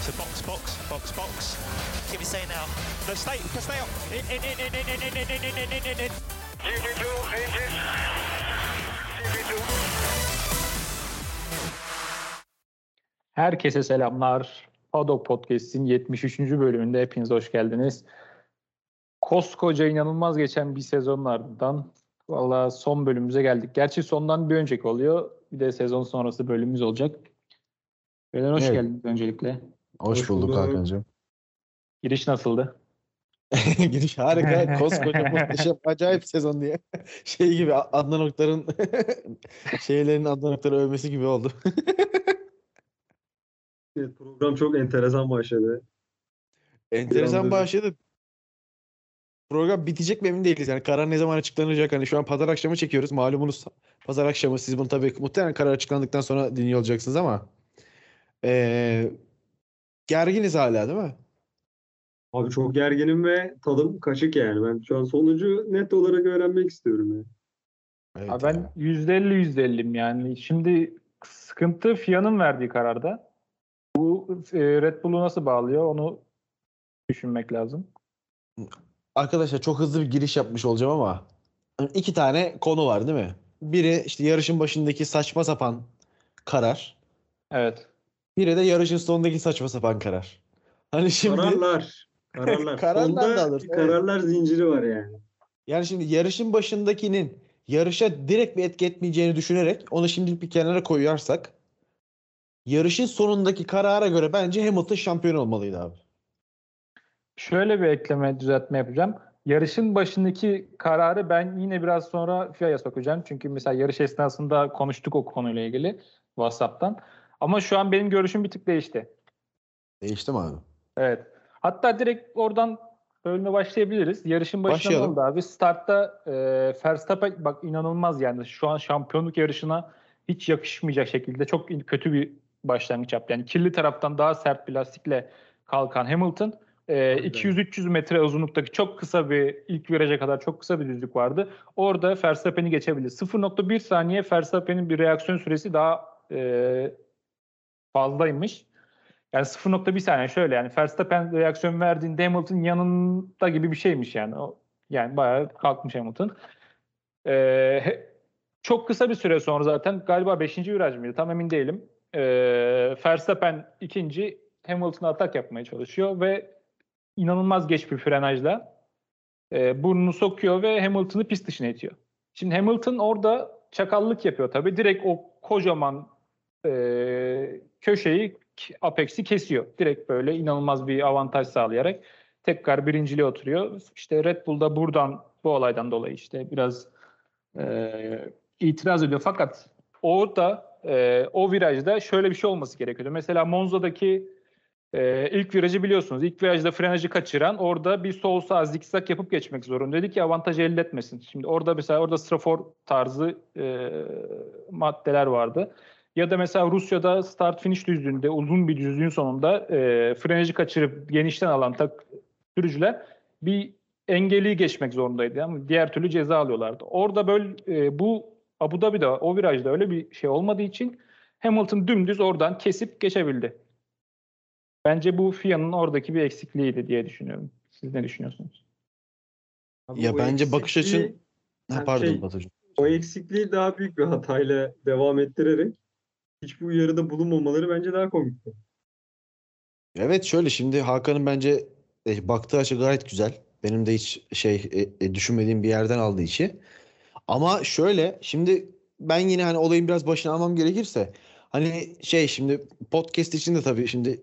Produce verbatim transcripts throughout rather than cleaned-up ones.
So box, box, box, box. Give me say now. No, stay, stay up. In, in, in, in, in, in, in, in, in, in, in, in. G P two, engine. G P two. Herkese selamlar. Paddock Podcast'in yetmiş üçüncü bölümünde hepiniz hoş geldiniz. Koskoca inanılmaz geçen bir sezonun ardından valla son bölümümüze geldik. Gerçi sondan bir önceki oluyor. Bir de sezon sonrası bölümümüz olacak. Beyler hoş Evet. geldiniz öncelikle. Hoş, Hoş bulduk bulduk. Hakan'cığım. Giriş nasıldı? Giriş harika. Koskoca muhteşem acayip sezon diye. Şey gibi Adnan Oktar'ın şeylerin Adnan Oktar'ı övmesi gibi oldu. Evet, program çok enteresan başladı. Enteresan anda- başladı. Program bitecek mi emin değiliz. Yani karar ne zaman açıklanacak? Hani şu an pazar akşamı çekiyoruz. Malumunuz pazar akşamı. Siz bunu tabii muhtemelen karar açıklandıktan sonra dinliyor olacaksınız ama ee, gerginiz hala değil mi? Abi çok gerginim ve tadım kaçık yani. Ben şu an sonucu net olarak öğrenmek istiyorum yani. Evet Ha, ben ya. yüzde elli yüzde elliyim yani. Şimdi sıkıntı F I A'nın verdiği kararda. Bu e, Red Bull'u nasıl bağlıyor onu düşünmek lazım. Arkadaşlar çok hızlı bir giriş yapmış olacağım ama iki tane konu var değil mi? Biri işte yarışın başındaki saçma sapan karar. Evet. Biri de yarışın sonundaki saçma sapan karar. Hani şimdi Kararlar. Kararlar. Kararlar Sonda da alır, bir evet. kararlar zinciri var yani. yani şimdi yarışın başındakinin yarışa direkt bir etki etmeyeceğini düşünerek onu şimdilik bir kenara koyarsak yarışın sonundaki karara göre bence Hamilton şampiyon olmalıydı abi. Şöyle bir ekleme, düzeltme yapacağım. Yarışın başındaki kararı ben yine biraz sonra F I A'ya sokacağım. Çünkü mesela yarış esnasında konuştuk o konuyla ilgili WhatsApp'tan. Ama şu an benim görüşüm bir tık değişti. Değişti mi abi? Evet. Hatta direkt oradan bölüme başlayabiliriz. Yarışın başında ne Başlayalım. oldu abi? Startta e, Verstappen bak inanılmaz yani. Şu an şampiyonluk yarışına hiç yakışmayacak şekilde çok kötü bir başlangıç yaptı. Yani kirli taraftan daha sert bir lastikle kalkan Hamilton e, iki yüz üç yüz metre uzunluktaki çok kısa bir ilk viraja kadar çok kısa bir düzlük vardı. Orada Verstappen'i geçebildi. sıfır nokta bir saniye Verstappen'in bir reaksiyon süresi daha e, fazlaymış. Yani sıfır nokta bir saniye şöyle yani Verstappen reaksiyon verdiğinde Hamilton yanında gibi bir şeymiş yani. O, yani bayağı kalkmış Hamilton. Ee, çok kısa bir süre sonra zaten galiba beşinci viraj mıydı tam emin değilim. Ee, Verstappen ikinci Hamilton'a atak yapmaya çalışıyor ve inanılmaz geç bir frenajla e, burnunu sokuyor ve Hamilton'ı pist dışına itiyor. Şimdi Hamilton orada çakallık yapıyor tabii. Direkt o kocaman e, köşeyi, Apex'i kesiyor. Direkt böyle inanılmaz bir avantaj sağlayarak tekrar birinciliğe oturuyor. İşte Red Bull da buradan bu olaydan dolayı işte biraz e, itiraz ediyor. Fakat orada e, o virajda şöyle bir şey olması gerekiyordu. Mesela Monza'daki e, ilk virajı biliyorsunuz. İlk virajda frenajı kaçıran orada bir sol sağ zikzak yapıp geçmek zorundaydı ki avantajı elde etmesin. Şimdi orada mesela orada strafor tarzı e, maddeler vardı. Ya da mesela Rusya'da start finish düzlüğünde uzun bir düzlüğün sonunda e, frenajı kaçırıp genişten alan tak, sürücüler bir engeli geçmek zorundaydı. Ama diğer türlü ceza alıyorlardı. Orada böyle e, bu Abu Dhabi'de o virajda öyle bir şey olmadığı için Hamilton dümdüz oradan kesip geçebildi. Bence bu F I A'nın oradaki bir eksikliğiydi diye düşünüyorum. Siz ne düşünüyorsunuz? Abi Ya o bence bakış açın eksikliği- ha, Yani pardon şey, Batucuğum. o eksikliği daha büyük bir hatayla devam ettirerek hiçbir uyarıda bulunmamaları bence daha komikti. Evet şöyle şimdi Hakan'ın bence e, baktığı açı gayet güzel. Benim de hiç şey e, e, düşünmediğim bir yerden aldığı işi. Ama şöyle şimdi ben yine hani olayın biraz başına almam gerekirse hani şey şimdi podcast için de tabii şimdi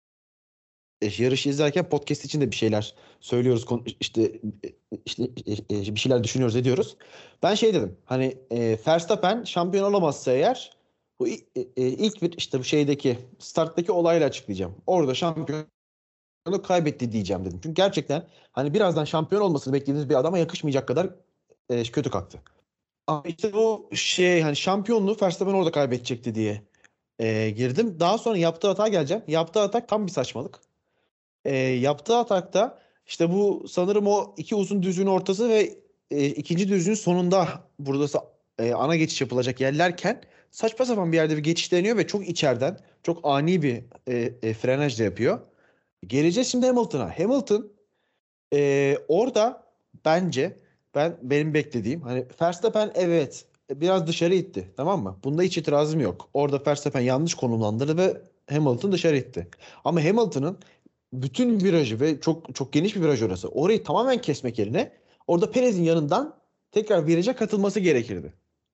e, yarışı izlerken podcast için de bir şeyler söylüyoruz konu- işte e, işte e, e, bir şeyler düşünüyoruz ediyoruz. Ben şey dedim hani e, Verstappen şampiyon olamazsa eğer bu i- e, e, ilk bir işte bu şeydeki starttaki olayla açıklayacağım. Orada şampiyon kaybetti diyeceğim dedim. Çünkü gerçekten hani birazdan şampiyon olmasını beklediğiniz bir adama yakışmayacak kadar e, kötü kalktı. Ama işte bu şey hani şampiyonluğu Verstappen orada kaybedecekti diye e, girdim. Daha sonra yaptığı hata geleceğim. Yaptığı atak tam bir saçmalık. E, yaptığı atakta işte bu sanırım o iki uzun düzlüğün ortası ve e, ikinci düzlüğün sonunda burada e, ana geçiş yapılacak yerlerken saçma sapan bir yerde bir geçiş deniyor ve çok içeriden çok ani bir e, e, frenaj da yapıyor. Geleceğiz şimdi Hamilton'a. Hamilton e, orada bence ben benim beklediğim hani Verstappen evet biraz dışarı itti, tamam mı? Bunda hiç itirazım yok. Orada Verstappen yanlış konumlandırdı ve Hamilton dışarı itti. Ama Hamilton'ın bütün virajı ve çok çok geniş bir viraj orası. Orayı tamamen kesmek yerine orada Perez'in yanından tekrar viraja katılması gerekirdi.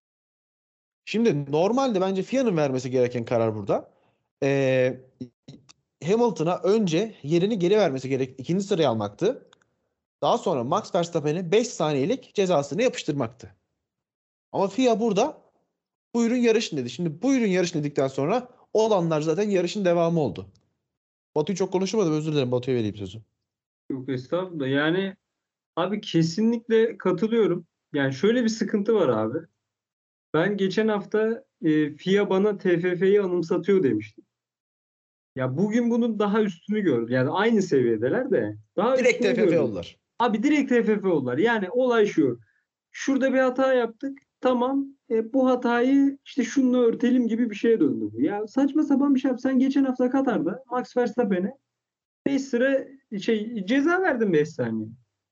Şimdi normalde bence F I A'nın vermesi gereken karar burada. Ee, Hamilton'a önce yerini geri vermesi gerek. İkinci sırayı almaktı. Daha sonra Max Verstappen'e beş saniyelik cezasını yapıştırmaktı. Ama F I A burada buyurun yarışın dedi. Şimdi buyurun yarışın dedikten sonra olanlar zaten yarışın devamı oldu. Batu'yu çok konuşamadım. Özür dilerim. Batu'ya vereyim sözü. Yok estağfurullah. Yani abi kesinlikle katılıyorum. Yani şöyle bir sıkıntı var abi. Ben geçen hafta e, F I A bana T F F'yi anımsatıyor demiştim. Ya bugün bunun daha üstünü gördüm. Yani aynı seviyedeler de daha Direkt üstünü T F F gördüm. oldular. Abi direkt T F F oldular. Yani olay şu. Şurada bir hata yaptık. Tamam. E, bu hatayı işte şununla örtelim gibi bir şeye döndü bu. Ya saçma sapan bir şey yap. Sen geçen hafta Katar'da Max Verstappen'e beş sıra şey ceza verdin beş saniye.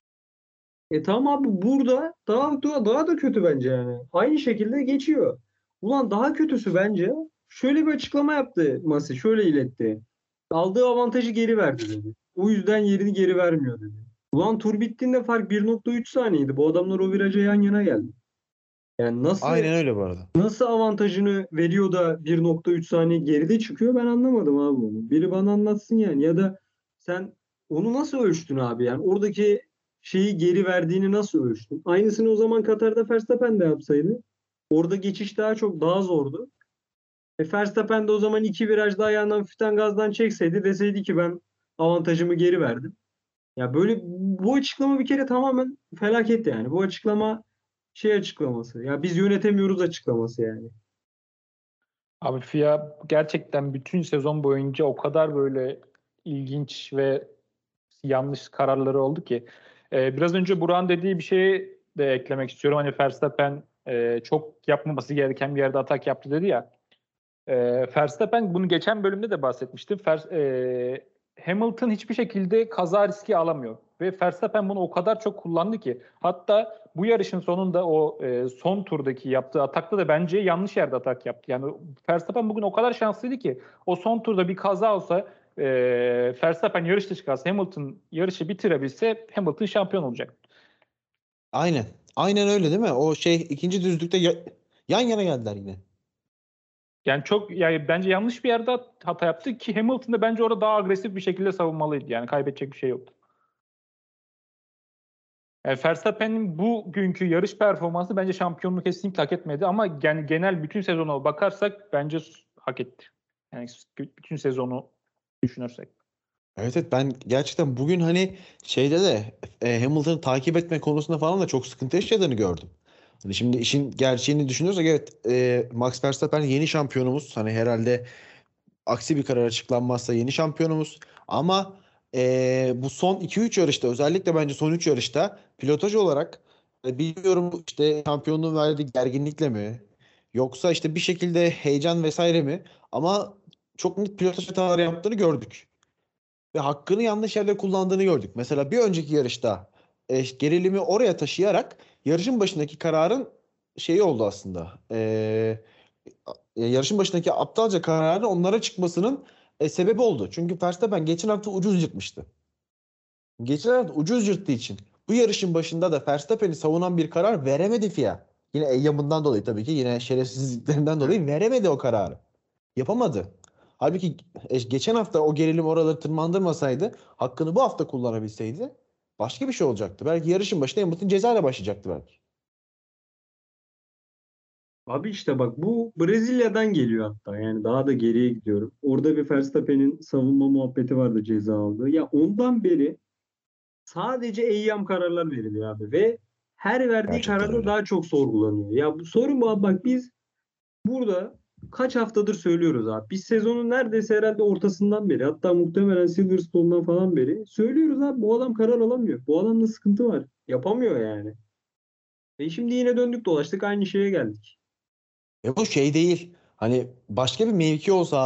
E tamam abi burada daha, daha, daha da kötü bence yani. Aynı şekilde geçiyor. Ulan daha kötüsü bence şöyle bir açıklama yaptı Masi. Şöyle iletti. Aldığı avantajı geri verdi dedi. O yüzden yerini geri vermiyor dedi. Ulan tur bittiğinde fark bir nokta üç saniyeydi. Bu adamlar o viraja yan yana geldi. Yani nasıl Aynen öyle bu arada. nasıl avantajını veriyor da bir nokta üç saniye geride çıkıyor ben anlamadım abi onu. Biri bana anlatsın yani ya da sen onu nasıl ölçtün abi yani oradaki şeyi geri verdiğini nasıl ölçtün? Aynısını o zaman Katar'da Verstappen de yapsaydı. Orada geçiş daha çok daha zordu. E Verstappen de o zaman iki virajda ayağından hafiften gazdan çekseydi deseydi ki ben avantajımı geri verdim. Ya böyle bu açıklama bir kere tamamen felaket yani. Bu açıklama şey açıklaması. Ya biz yönetemiyoruz açıklaması yani. Abi F I A gerçekten bütün sezon boyunca o kadar böyle ilginç ve yanlış kararları oldu ki. Ee, biraz önce Burak'ın dediği bir şeyi de eklemek istiyorum. Hani Verstappen e, çok yapmaması gereken bir yerde atak yaptı dedi ya. E, Verstappen bunu geçen bölümde de bahsetmiştim. Fer, e, Hamilton hiçbir şekilde kaza riski alamıyor. Ve Verstappen bunu o kadar çok kullandı ki. Hatta bu yarışın sonunda o e, son turdaki yaptığı atakta da bence yanlış yerde atak yaptı. Yani Verstappen bugün o kadar şanslıydı ki o son turda bir kaza olsa e, Verstappen yarış dışı kalsa Hamilton yarışı bitirebilse Hamilton şampiyon olacak. Aynen. Aynen öyle değil mi? O şey ikinci düzlükte ya- yan yana geldiler yine. Yani çok yani bence yanlış bir yerde hata yaptı ki Hamilton da bence orada daha agresif bir şekilde savunmalıydı. Yani kaybedecek bir şey yoktu. Yani Verstappen'in bugünkü yarış performansı bence şampiyonluğu kesinlikle hak etmedi ama yani genel bütün sezona bakarsak bence hak etti. Yani bütün sezonu düşünürsek. Evet evet ben gerçekten bugün hani şeyde de e, Hamilton'ı takip etme konusunda falan da çok sıkıntı yaşadığını gördüm. Hani şimdi işin gerçeğini düşünüyorsak evet e, Max Verstappen yeni şampiyonumuz. Hani herhalde aksi bir karar açıklanmazsa yeni şampiyonumuz. Ama e, bu son iki üç yarışta özellikle bence son üç yarışta pilotaj olarak e, bilmiyorum işte şampiyonluğun verdiği gerginlikle mi yoksa işte bir şekilde heyecan vesaire mi ama çok net pilotaj hataları yaptığını gördük. Ve hakkını yanlış yerde kullandığını gördük. Mesela bir önceki yarışta e, gerilimi oraya taşıyarak yarışın başındaki kararın şeyi oldu aslında. E, yarışın başındaki aptalca kararın onlara çıkmasının e, sebebi oldu. Çünkü Verstappen geçen hafta ucuz yırtmıştı. Geçen hafta ucuz yırttığı için bu yarışın başında da Verstappen'i savunan bir karar veremedi F I A. Yine Eyyam'ından dolayı tabii ki yine şerefsizliklerinden dolayı veremedi o kararı. Yapamadı. Halbuki e, geçen hafta o gerilim oraları tırmandırmasaydı, hakkını bu hafta kullanabilseydi başka bir şey olacaktı. Belki yarışın başında Hamilton cezayla başlayacaktı belki. Abi işte bak bu Brezilya'dan geliyor hatta. Yani daha da geriye gidiyorum. Orada bir Verstappen'in savunma muhabbeti vardı ceza aldığı. Ya ondan beri sadece eyyam kararlar veriliyor abi ve her verdiği Gerçekten kararda öyle. daha çok sorgulanıyor. Ya bu sorun bu abi bak biz burada kaç haftadır söylüyoruz abi. Biz sezonun neredeyse herhalde ortasından beri hatta muhtemelen Silverstone'dan falan beri söylüyoruz abi bu adam karar alamıyor. Bu adamda sıkıntı var. Yapamıyor yani. E şimdi yine döndük dolaştık aynı şeye geldik. E bu şey değil. Hani başka bir mevki olsa abi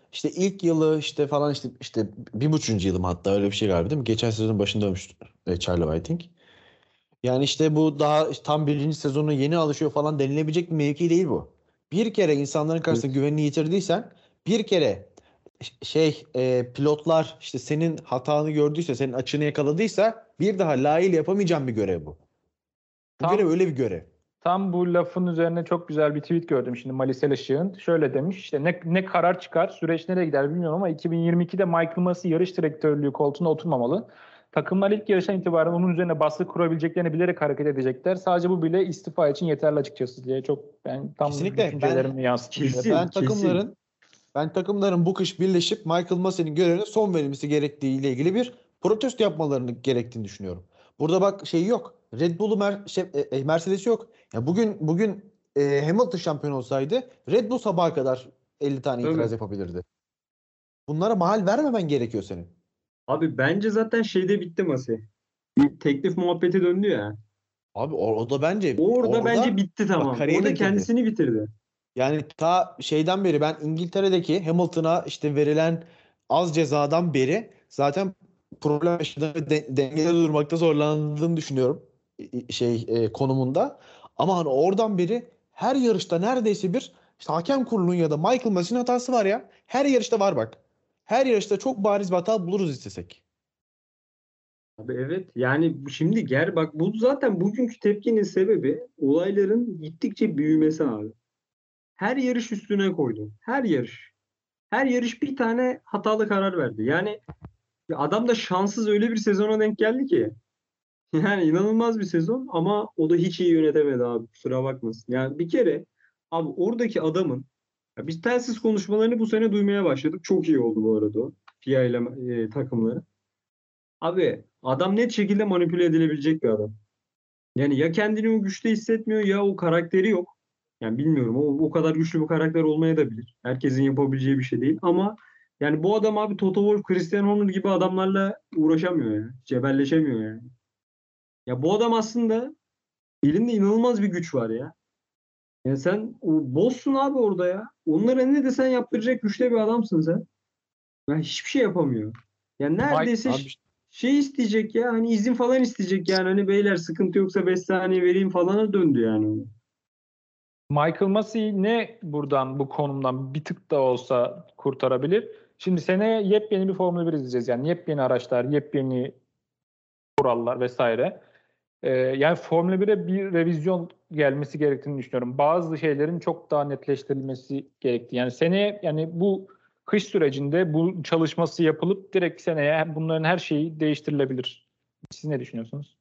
işte ilk yılı işte falan işte işte bir buçuğuncu yılım hatta öyle bir şey galiba değil mi? Geçen sezonun başında ölmüştü e, Charlie Whiting. Yani işte bu daha işte tam birinci sezonu yeni alışıyor falan denilebilecek bir mevki değil bu. Bir kere insanların karşısında Evet. güvenini yitirdiysen, bir kere ş- şey e, pilotlar işte senin hatanı gördüyse, senin açığını yakaladıysa bir daha layığıyla yapamayacağın bir görev bu. Bu görev Tam öyle bir görev. Tam bu lafın üzerine çok güzel bir tweet gördüm şimdi Malisel Işık'ın. Şöyle demiş işte ne, ne karar çıkar, süreç nereye gider bilmiyorum ama iki bin yirmi ikide Michael Masi yarış direktörlüğü koltuğuna oturmamalı. Takımlar ilk yarıştan itibaren onun üzerine baskı kurabileceklerini bilerek hareket edecekler. Sadece bu bile istifa için yeterli açıkçası diye çok ben tam Kesinlikle ben düşüncelerimi yansıttım. Kesin. ben takımların ben takımların bu kış birleşip Michael Massey'nin görevine son verilmesi gerektiği ile ilgili bir protesto yapmalarını gerektiğini düşünüyorum. Burada bak şey yok. Red Bull'u Mer şey, e, e, Mercedes yok. Ya bugün bugün e, Hamilton şampiyon olsaydı Red Bull sabaha kadar elli tane itiraz Tabii. yapabilirdi. Bunlara mahal vermemen gerekiyor senin. Abi bence zaten şeyde bitti Masi. Bir teklif muhabbeti döndü ya. Abi or- o da bence Orada bence orada bitti bak tamam. kariyerini Orada bitirdi. kendisini bitirdi. Yani ta şeyden beri ben İngiltere'deki Hamilton'a işte verilen az cezadan beri zaten problem yaşadığını ve de, dengede durmakta zorlandığını düşünüyorum İ- şey e, konumunda. Ama hani oradan beri her yarışta neredeyse bir işte hakem kurulunun ya da Michael Massey'nin hatası var ya. Her yarışta var bak. Her yarışta çok bariz bir hata buluruz istesek. Abi evet yani bu- şimdi gel bak bu zaten bugünkü tepkinin sebebi olayların gittikçe büyümesi abi. Her yarış üstüne koydu. Her yarış. Her yarış bir tane hatalı karar verdi. Yani adam da şanssız öyle bir sezona denk geldi ki. Yani inanılmaz bir sezon ama o da hiç iyi yönetemedi abi. Kusura bakmasın. Yani bir kere abi oradaki adamın ya biz telsiz konuşmalarını bu sene duymaya başladık. Çok iyi oldu bu arada o. F I A ile e, takımları. Abi adam net şekilde manipüle edilebilecek bir adam. Yani ya kendini o güçte hissetmiyor ya o karakteri yok. Yani bilmiyorum o, o kadar güçlü bir karakter olmaya da bilir. Herkesin yapabileceği bir şey değil ama yani bu adam abi Toto Wolff, Christian Horner gibi adamlarla uğraşamıyor ya. Cebelleşemiyor yani. Ya bu adam aslında elinde inanılmaz bir güç var ya. Ya sen o boss'sun abi orada ya. Onlara ne desen yaptıracak güçte bir adamsın sen. Ya hiçbir şey yapamıyor. Ya Mike, neredeyse Abi ş- şey isteyecek ya hani izin falan isteyecek yani hani beyler sıkıntı yoksa beş saniye vereyim falana döndü yani. Michael Massey ne buradan bu konumdan bir tık da olsa kurtarabilir? Şimdi seneye yepyeni bir Formula bir izleyeceğiz. Yani yepyeni araçlar, yepyeni kurallar vesaire. Ee, yani Formula bire bir revizyon gelmesi gerektiğini düşünüyorum. Bazı şeylerin çok daha netleştirilmesi gerektiği. Yani seneye yani bu kış sürecinde bu çalışması yapılıp direkt seneye bunların her şeyi değiştirilebilir. Siz ne düşünüyorsunuz?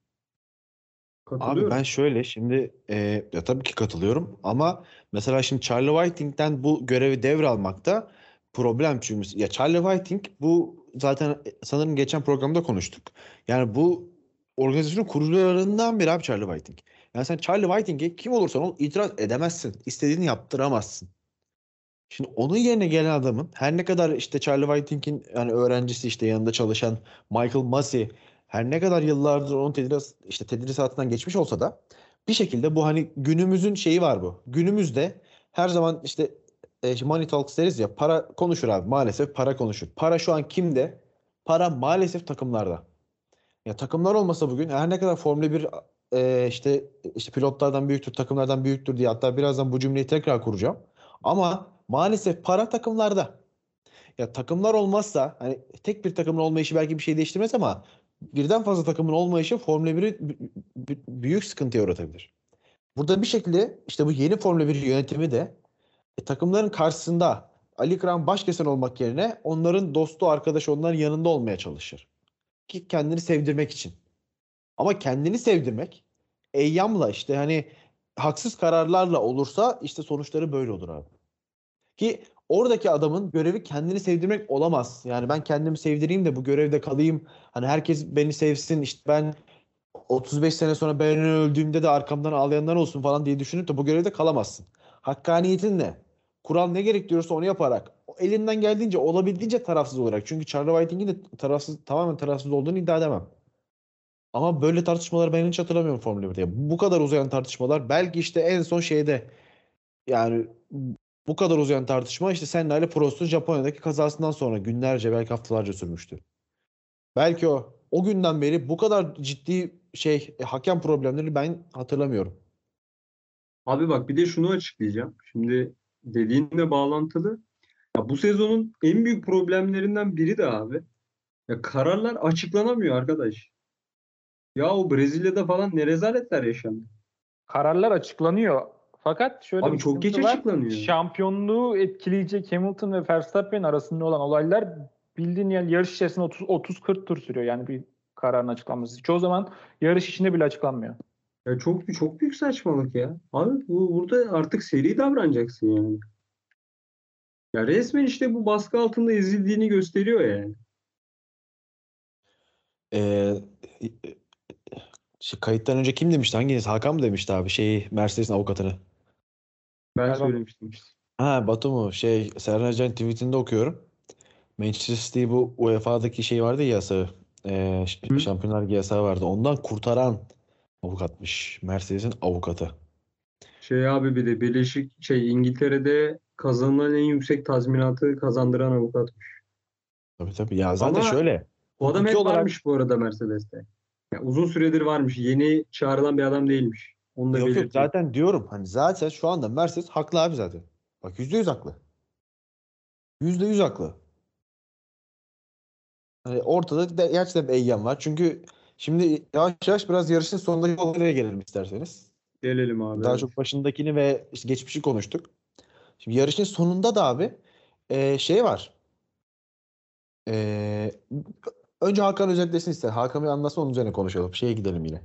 Abi ben Katılıyorum. şöyle şimdi e, ya tabii ki katılıyorum ama mesela şimdi Charlie Whiting'den bu görevi devralmakta problem çünkü ya Charlie Whiting bu zaten sanırım geçen programda konuştuk. Yani bu organizasyonun kurucularından biri abi Charlie Whiting. Yani sen Charlie Whiting'e kim olursan ol itiraz edemezsin. İstediğini yaptıramazsın. Şimdi onun yerine gelen adamın her ne kadar işte Charlie Whiting'in yani öğrencisi işte yanında çalışan Michael Massey her ne kadar yıllardır onun tedris işte tedrisatından geçmiş olsa da bir şekilde bu hani günümüzün şeyi var bu. Günümüzde her zaman işte e, money talks deriz ya para konuşur abi maalesef para konuşur. Para şu an kimde? Para maalesef takımlarda. Ya takımlar olmasa bugün her ne kadar Formula bir e, işte işte pilotlardan büyüktür, takımlardan büyüktür diye hatta birazdan bu cümleyi tekrar kuracağım. Ama maalesef para takımlarda. Ya takımlar olmazsa hani tek bir takımın olmayışı belki bir şey değiştirmez ama birden fazla takımın olmayışı Formula biri b- b- büyük sıkıntıya uğratabilir. Burada bir şekilde işte bu yeni Formula bir yönetimi de e, takımların karşısında Ali Kıran Başkesen olmak yerine onların dostu, arkadaşı, onların yanında olmaya çalışır. Ki kendini sevdirmek için. Ama kendini sevdirmek eyyamla işte hani haksız kararlarla olursa işte sonuçları böyle olur abi. Ki oradaki adamın görevi kendini sevdirmek olamaz. Yani ben kendimi sevdireyim de bu görevde kalayım. Hani herkes beni sevsin işte ben otuz beş sene sonra ben öldüğümde de arkamdan ağlayanlar olsun falan diye düşünüp de bu görevde kalamazsın. Hakkaniyetinle, kural ne gerektiriyorsa onu yaparak, o elinden geldiğince olabildiğince tarafsız olarak. Çünkü Charlie Whiting'in de tarafsız, tamamen tarafsız olduğunu iddia edemem. Ama böyle tartışmaları ben hiç hatırlamıyorum Formula birde. Bu kadar uzayan tartışmalar belki işte en son şeyde yani Bu kadar uzayan tartışma işte Senna ile Prost'un Japonya'daki kazasından sonra günlerce belki haftalarca sürmüştü. Belki o. O günden beri bu kadar ciddi şey e, hakem problemlerini ben hatırlamıyorum. Abi bak bir de şunu açıklayacağım. Şimdi dediğinle bağlantılı. Ya bu sezonun en büyük problemlerinden biri de abi. Ya kararlar açıklanamıyor arkadaş. Ya o Brezilya'da falan ne rezaletler yaşandı. Kararlar açıklanıyor. Fakat şöyle Abi bir çok geç sıkıntı var. açıklanıyor. Şampiyonluğu etkileyecek Hamilton ve Verstappen arasında olan olaylar bildiğin yani yarış içerisinde otuz kırk tur sürüyor. Yani bir kararın açıklanması. Çoğu zaman yarış içinde bile açıklanmıyor. Ya çok çok büyük saçmalık ya. Abi bu burada artık seri davranacaksın yani. Ya resmen işte bu baskı altında ezildiğini gösteriyor yani. Ee, şey, kayıttan önce kim demişti? Hanginiz? Hakan mı demişti abi? Şeyi Mercedes'in avukatını. Ben Galiba- söylemiştim. Ha Batu mu? Şey Serhan Hoca'nın tweetinde okuyorum. Manchester City bu U E F A'daki şey vardı ya yasağı. Ee, ş- Hı? Şampiyonlar Ligi yasağı vardı. Ondan kurtaran avukatmış. Mercedes'in avukatı. Şey abi bir de Birleşik şey İngiltere'de kazanılan en yüksek tazminatı kazandıran avukat. Tabii tabii. Ya zaten Ama şöyle. o adam Hukuki hep olarak varmış bu arada Mercedes'te. Ya uzun süredir varmış. Yeni çağrılan bir adam değilmiş. Onu da yok yok belirteyim. zaten diyorum. Hani zaten şu anda Mercedes haklı abi zaten. Bak yüzde yüz haklı. Yüzde yüz haklı. Hani ortada da gerçekten bir eyyam var. Çünkü şimdi yavaş yavaş biraz yarışın sonundaki olaylara gelelim isterseniz. Gelelim abi. Daha Evet. çok başındakini ve işte geçmişi konuştuk. Şimdi yarışın sonunda da abi e, şey var. E, önce Hakan özetlesin ister. Hakan bir anlasın onun üzerine konuşalım. Şeye gidelim yine.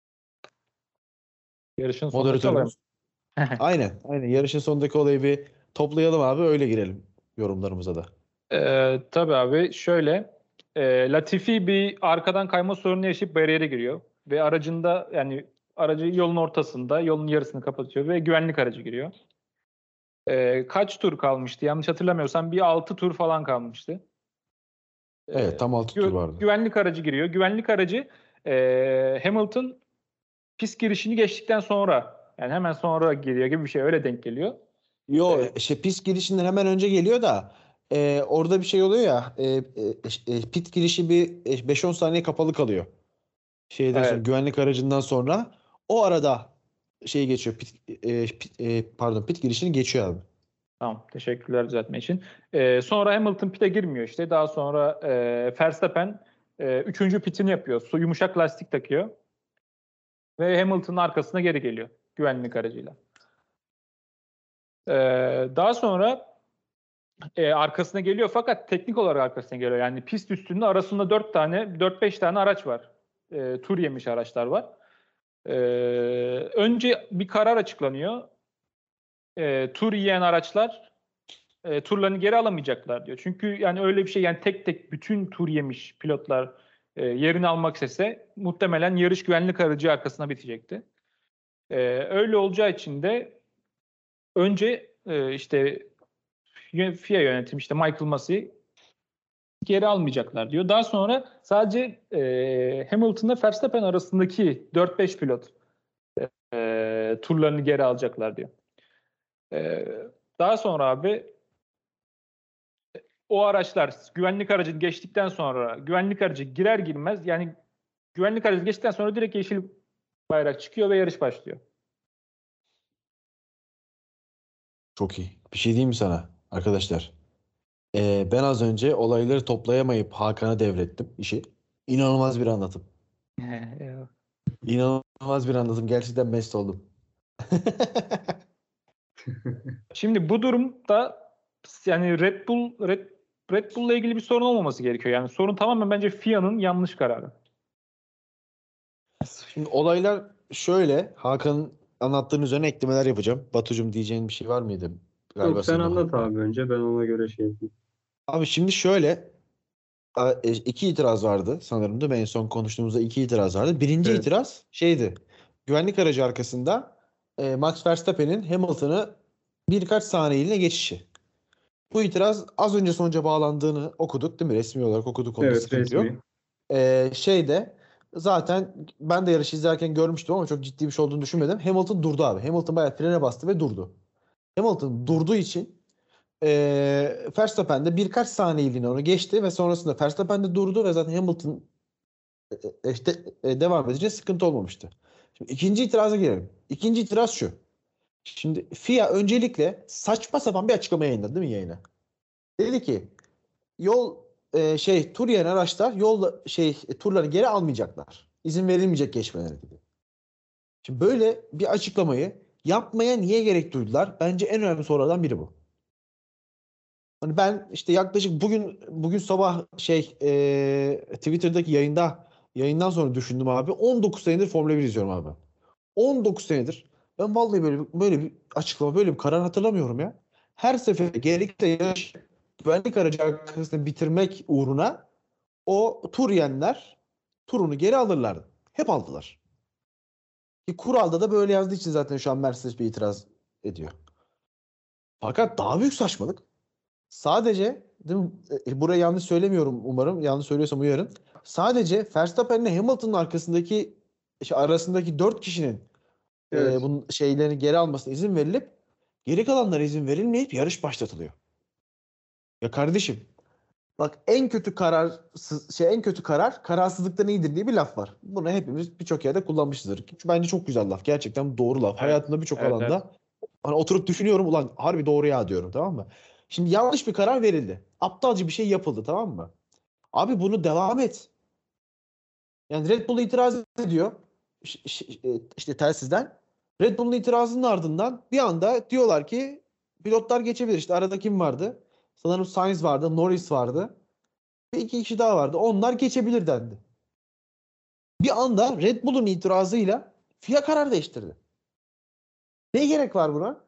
Yarışın sonundaki olay mı? Moderatörümüz. Aynen. Aynen. Yarışın sonundaki olayı bir toplayalım abi. Öyle girelim yorumlarımıza da. Ee, tabii abi şöyle e, Latifi bir arkadan kayma sorunu yaşayıp bariyere giriyor ve aracında yani aracı yolun ortasında yolun yarısını kapatıyor ve güvenlik aracı giriyor. Ee, kaç tur kalmıştı? Yanlış hatırlamıyorsam bir altı tur falan kalmıştı. Ee, Evet tam altı gü- tur vardı. Güvenlik aracı giriyor. Güvenlik aracı e, Hamilton pist girişini geçtikten sonra yani hemen sonra giriyor gibi bir şey öyle denk geliyor. Yo Evet. işte pist girişinden hemen önce geliyor da e, orada bir şey oluyor ya e, e, e, pit girişi bir e, beş on saniye kapalı kalıyor. Şeyden sonra Evet. güvenlik aracından sonra o arada şey geçiyor pit, e, pit- e, pardon pit girişini geçiyor abi. Tamam, teşekkürler düzeltme için. Ee, sonra Hamilton pit'e girmiyor işte. Daha sonra e, Verstappen e, üçüncü pitini yapıyor. Su yumuşak lastik takıyor. Ve Hamilton'ın arkasına geri geliyor güvenlik aracıyla. Ee, Daha sonra e, arkasına geliyor fakat teknik olarak arkasına geliyor. Yani pist üstünde arasında dört tane, dört beş tane araç var. E, tur yemiş araçlar var. E, Önce bir karar açıklanıyor. E, tur yiyen araçlar e, turlarını geri alamayacaklar diyor. Çünkü yani öyle bir şey yani tek tek bütün tur yemiş pilotlar e, yerini almak istese muhtemelen yarış güvenlik aracı arkasına bitecekti. E, öyle olacağı için de önce e, işte F I A yönetim işte Michael Masi geri almayacaklar diyor. Daha sonra sadece e, Hamilton'la Verstappen arasındaki dört beş pilot e, turlarını geri alacaklar diyor. E, Daha sonra abi o araçlar güvenlik aracı geçtikten sonra güvenlik aracı girer girmez yani güvenlik aracı geçtikten sonra direkt yeşil bayrak çıkıyor ve yarış başlıyor. Çok iyi. Bir şey diyeyim mi sana arkadaşlar? Ee, ben az önce olayları toplayamayıp Hakan'a devrettim işi. İnanılmaz bir anlatım. İnanılmaz bir anlatım. Gerçekten mest oldum. Şimdi bu durumda yani Red Bull Red, Red Bull'la ilgili bir sorun olmaması gerekiyor. Yani sorun tamamen bence F I A'nın yanlış kararı. Şimdi olaylar şöyle. Hakan'ın anlattığın üzerine eklemeler yapacağım. Batucuğum diyeceğin bir şey var mıydı? Galiba Yok sen senin o. anlat abi önce ben ona göre şey yapayım. Abi şimdi şöyle a- e, iki itiraz vardı sanırım da en son konuştuğumuzda iki itiraz vardı. Birinci Evet. itiraz şeydi. Güvenlik aracı arkasında e, Max Verstappen'in Hamilton'ı birkaç saniyeliğine geçişi. Bu itiraz az önce sonuca bağlandığını okuduk değil mi? Resmi olarak okuduk. Onda Evet sıkıntı yok. resmi. Ee, şeyde zaten ben de yarışı izlerken görmüştüm ama çok ciddi bir şey olduğunu düşünmedim. Hamilton durdu abi. Hamilton bayağı frene bastı ve durdu. Hamilton durduğu için e, Verstappen de birkaç saniyeliğine onu geçti ve sonrasında Verstappen de durdu ve zaten Hamilton e, işte e, devam edince sıkıntı olmamıştı. Şimdi ikinci itiraza gelelim. İkinci itiraz şu. Şimdi F I A öncelikle saçma sapan bir açıklama yayınladı değil mi yayına? Dedi ki yol e, şey tur yeni araçlar yol şey e, turları geri almayacaklar. İzin verilmeyecek geçmeleri dedi. Şimdi böyle bir açıklamayı yapmaya niye gerek duydular? Bence en önemli sorulardan biri bu. Hani ben işte yaklaşık bugün bugün sabah şey e, Twitter'daki yayında yayından sonra düşündüm abi. on dokuz senedir Formula bir izliyorum abi. on dokuz senedir ben vallahi böyle böyle bir açıklama, böyle bir karar hatırlamıyorum ya. Her sefer gerekirse yarış güvenlik aracı arkasını bitirmek uğruna o tur yenler turunu geri alırlardı. Hep aldılar. Ki kuralda da böyle yazdığı için zaten şu an Mercedes bir itiraz ediyor. Fakat daha büyük saçmalık. Sadece değil mi? E, burayı yanlış söylemiyorum umarım. Yanlış söylüyorsam uyarın. Sadece Verstappen ile Hamilton'ın arkasındaki işte arasındaki dört kişinin Evet. e, bunun şeylerini geri almasına izin verilip geri kalanlara izin verilmeyip yarış başlatılıyor. Ya kardeşim bak en kötü karar şey en kötü karar kararsızlıktan iyidir diye bir laf var. Bunu hepimiz birçok yerde kullanmışızdır. Bence çok güzel laf. Gerçekten doğru laf. Evet. Hayatımda birçok Evet, alanda hani oturup düşünüyorum ulan harbi doğru ya diyorum, tamam mı? Şimdi yanlış bir karar verildi. Aptalca bir şey yapıldı, tamam mı? Abi bunu devam et. Yani Red Bull itiraz ediyor. Ş- ş- e, işte telsizden. Red Bull'un itirazının ardından bir anda diyorlar ki pilotlar geçebilir. İşte arada kim vardı? Sanırım Sainz vardı, Norris vardı. Ve iki kişi daha vardı. Onlar geçebilir dendi. Bir anda Red Bull'un itirazıyla F I A karar değiştirdi. Ne gerek var buna?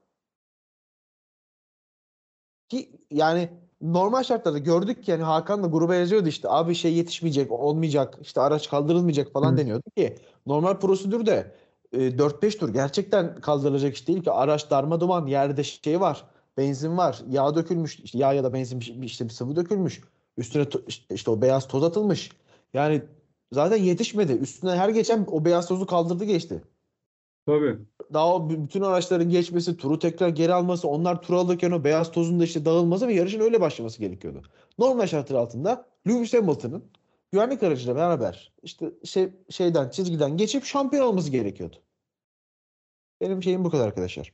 Ki yani normal şartlarda gördük ki yani Hakan da gruba yazıyordu işte abi şey yetişmeyecek, olmayacak, işte araç kaldırılmayacak falan Hı. deniyordu ki normal prosedürde e, dört beş tur gerçekten kaldırılacak iş değil ki, araç darmaduman, yerde şey var, benzin var, yağ dökülmüş, işte yağ ya da benzin bir- işte bir sıvı dökülmüş, üstüne to- işte o beyaz toz atılmış, yani zaten yetişmedi, üstüne her geçen o beyaz tozu kaldırdı geçti. Tabii. Daha o b- bütün araçların geçmesi, turu tekrar geri alması, onlar tur alırken o beyaz tozun da işte dağılması ve yarışın öyle başlaması gerekiyordu. Normal şartlar altında Lewis Hamilton'ın güvenlik aracıyla beraber işte şey, şeyden çizgiden geçip şampiyon olması gerekiyordu. Benim şeyim bu kadar arkadaşlar.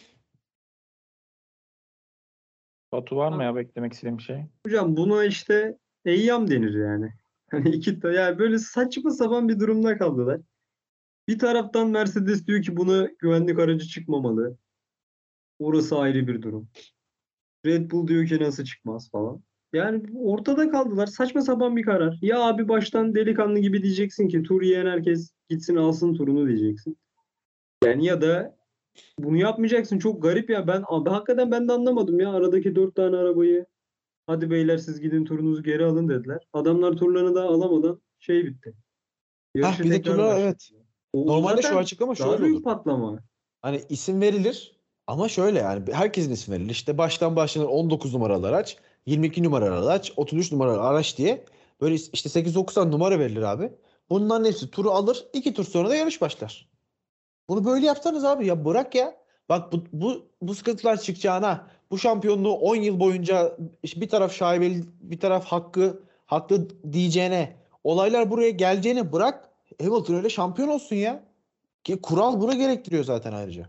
Batu var mı ya beklemek istediğim bir şey? Hocam buna işte eyyam denir yani. Hani iki ta yani böyle saçma sapan bir durumda kaldılar. Bir taraftan Mercedes diyor ki buna güvenlik aracı çıkmamalı. Orası ayrı bir durum. Red Bull diyor ki nasıl çıkmaz falan. Yani ortada kaldılar. Saçma sapan bir karar. Ya abi baştan delikanlı gibi diyeceksin ki tur yiyen herkes gitsin alsın turunu diyeceksin. Yani ya da bunu yapmayacaksın. Çok garip ya. Ben abi, hakikaten ben de anlamadım ya. Aradaki dört tane arabayı hadi beyler siz gidin turunuzu geri alın dediler. Adamlar turlarını da alamadan şey bitti. Hah Yarışı bir de tekrar turlar, başladı. evet. O, o Normalde zaten şu açıklama daha şöyle büyük olur. patlama. Hani isim verilir ama şöyle yani herkesin ismi verilir. İşte baştan başlanır on dokuz numaralı araç, yirmi iki numaralı araç, otuz üç numaralı araç diye böyle işte sekiz dokuz tane numara verilir abi. Bunların hepsi turu alır. iki tur sonra da yarış başlar. Bunu böyle yapsanız abi ya bırak ya. Bak bu, bu, bu sıkıntılar çıkacağına, bu şampiyonluğu on yıl boyunca işte bir taraf şaibeli, bir taraf hakkı, haklı diyeceğine, olaylar buraya geleceğine bırak. Hamilton öyle şampiyon olsun ya. Ki kural bunu gerektiriyor zaten ayrıca.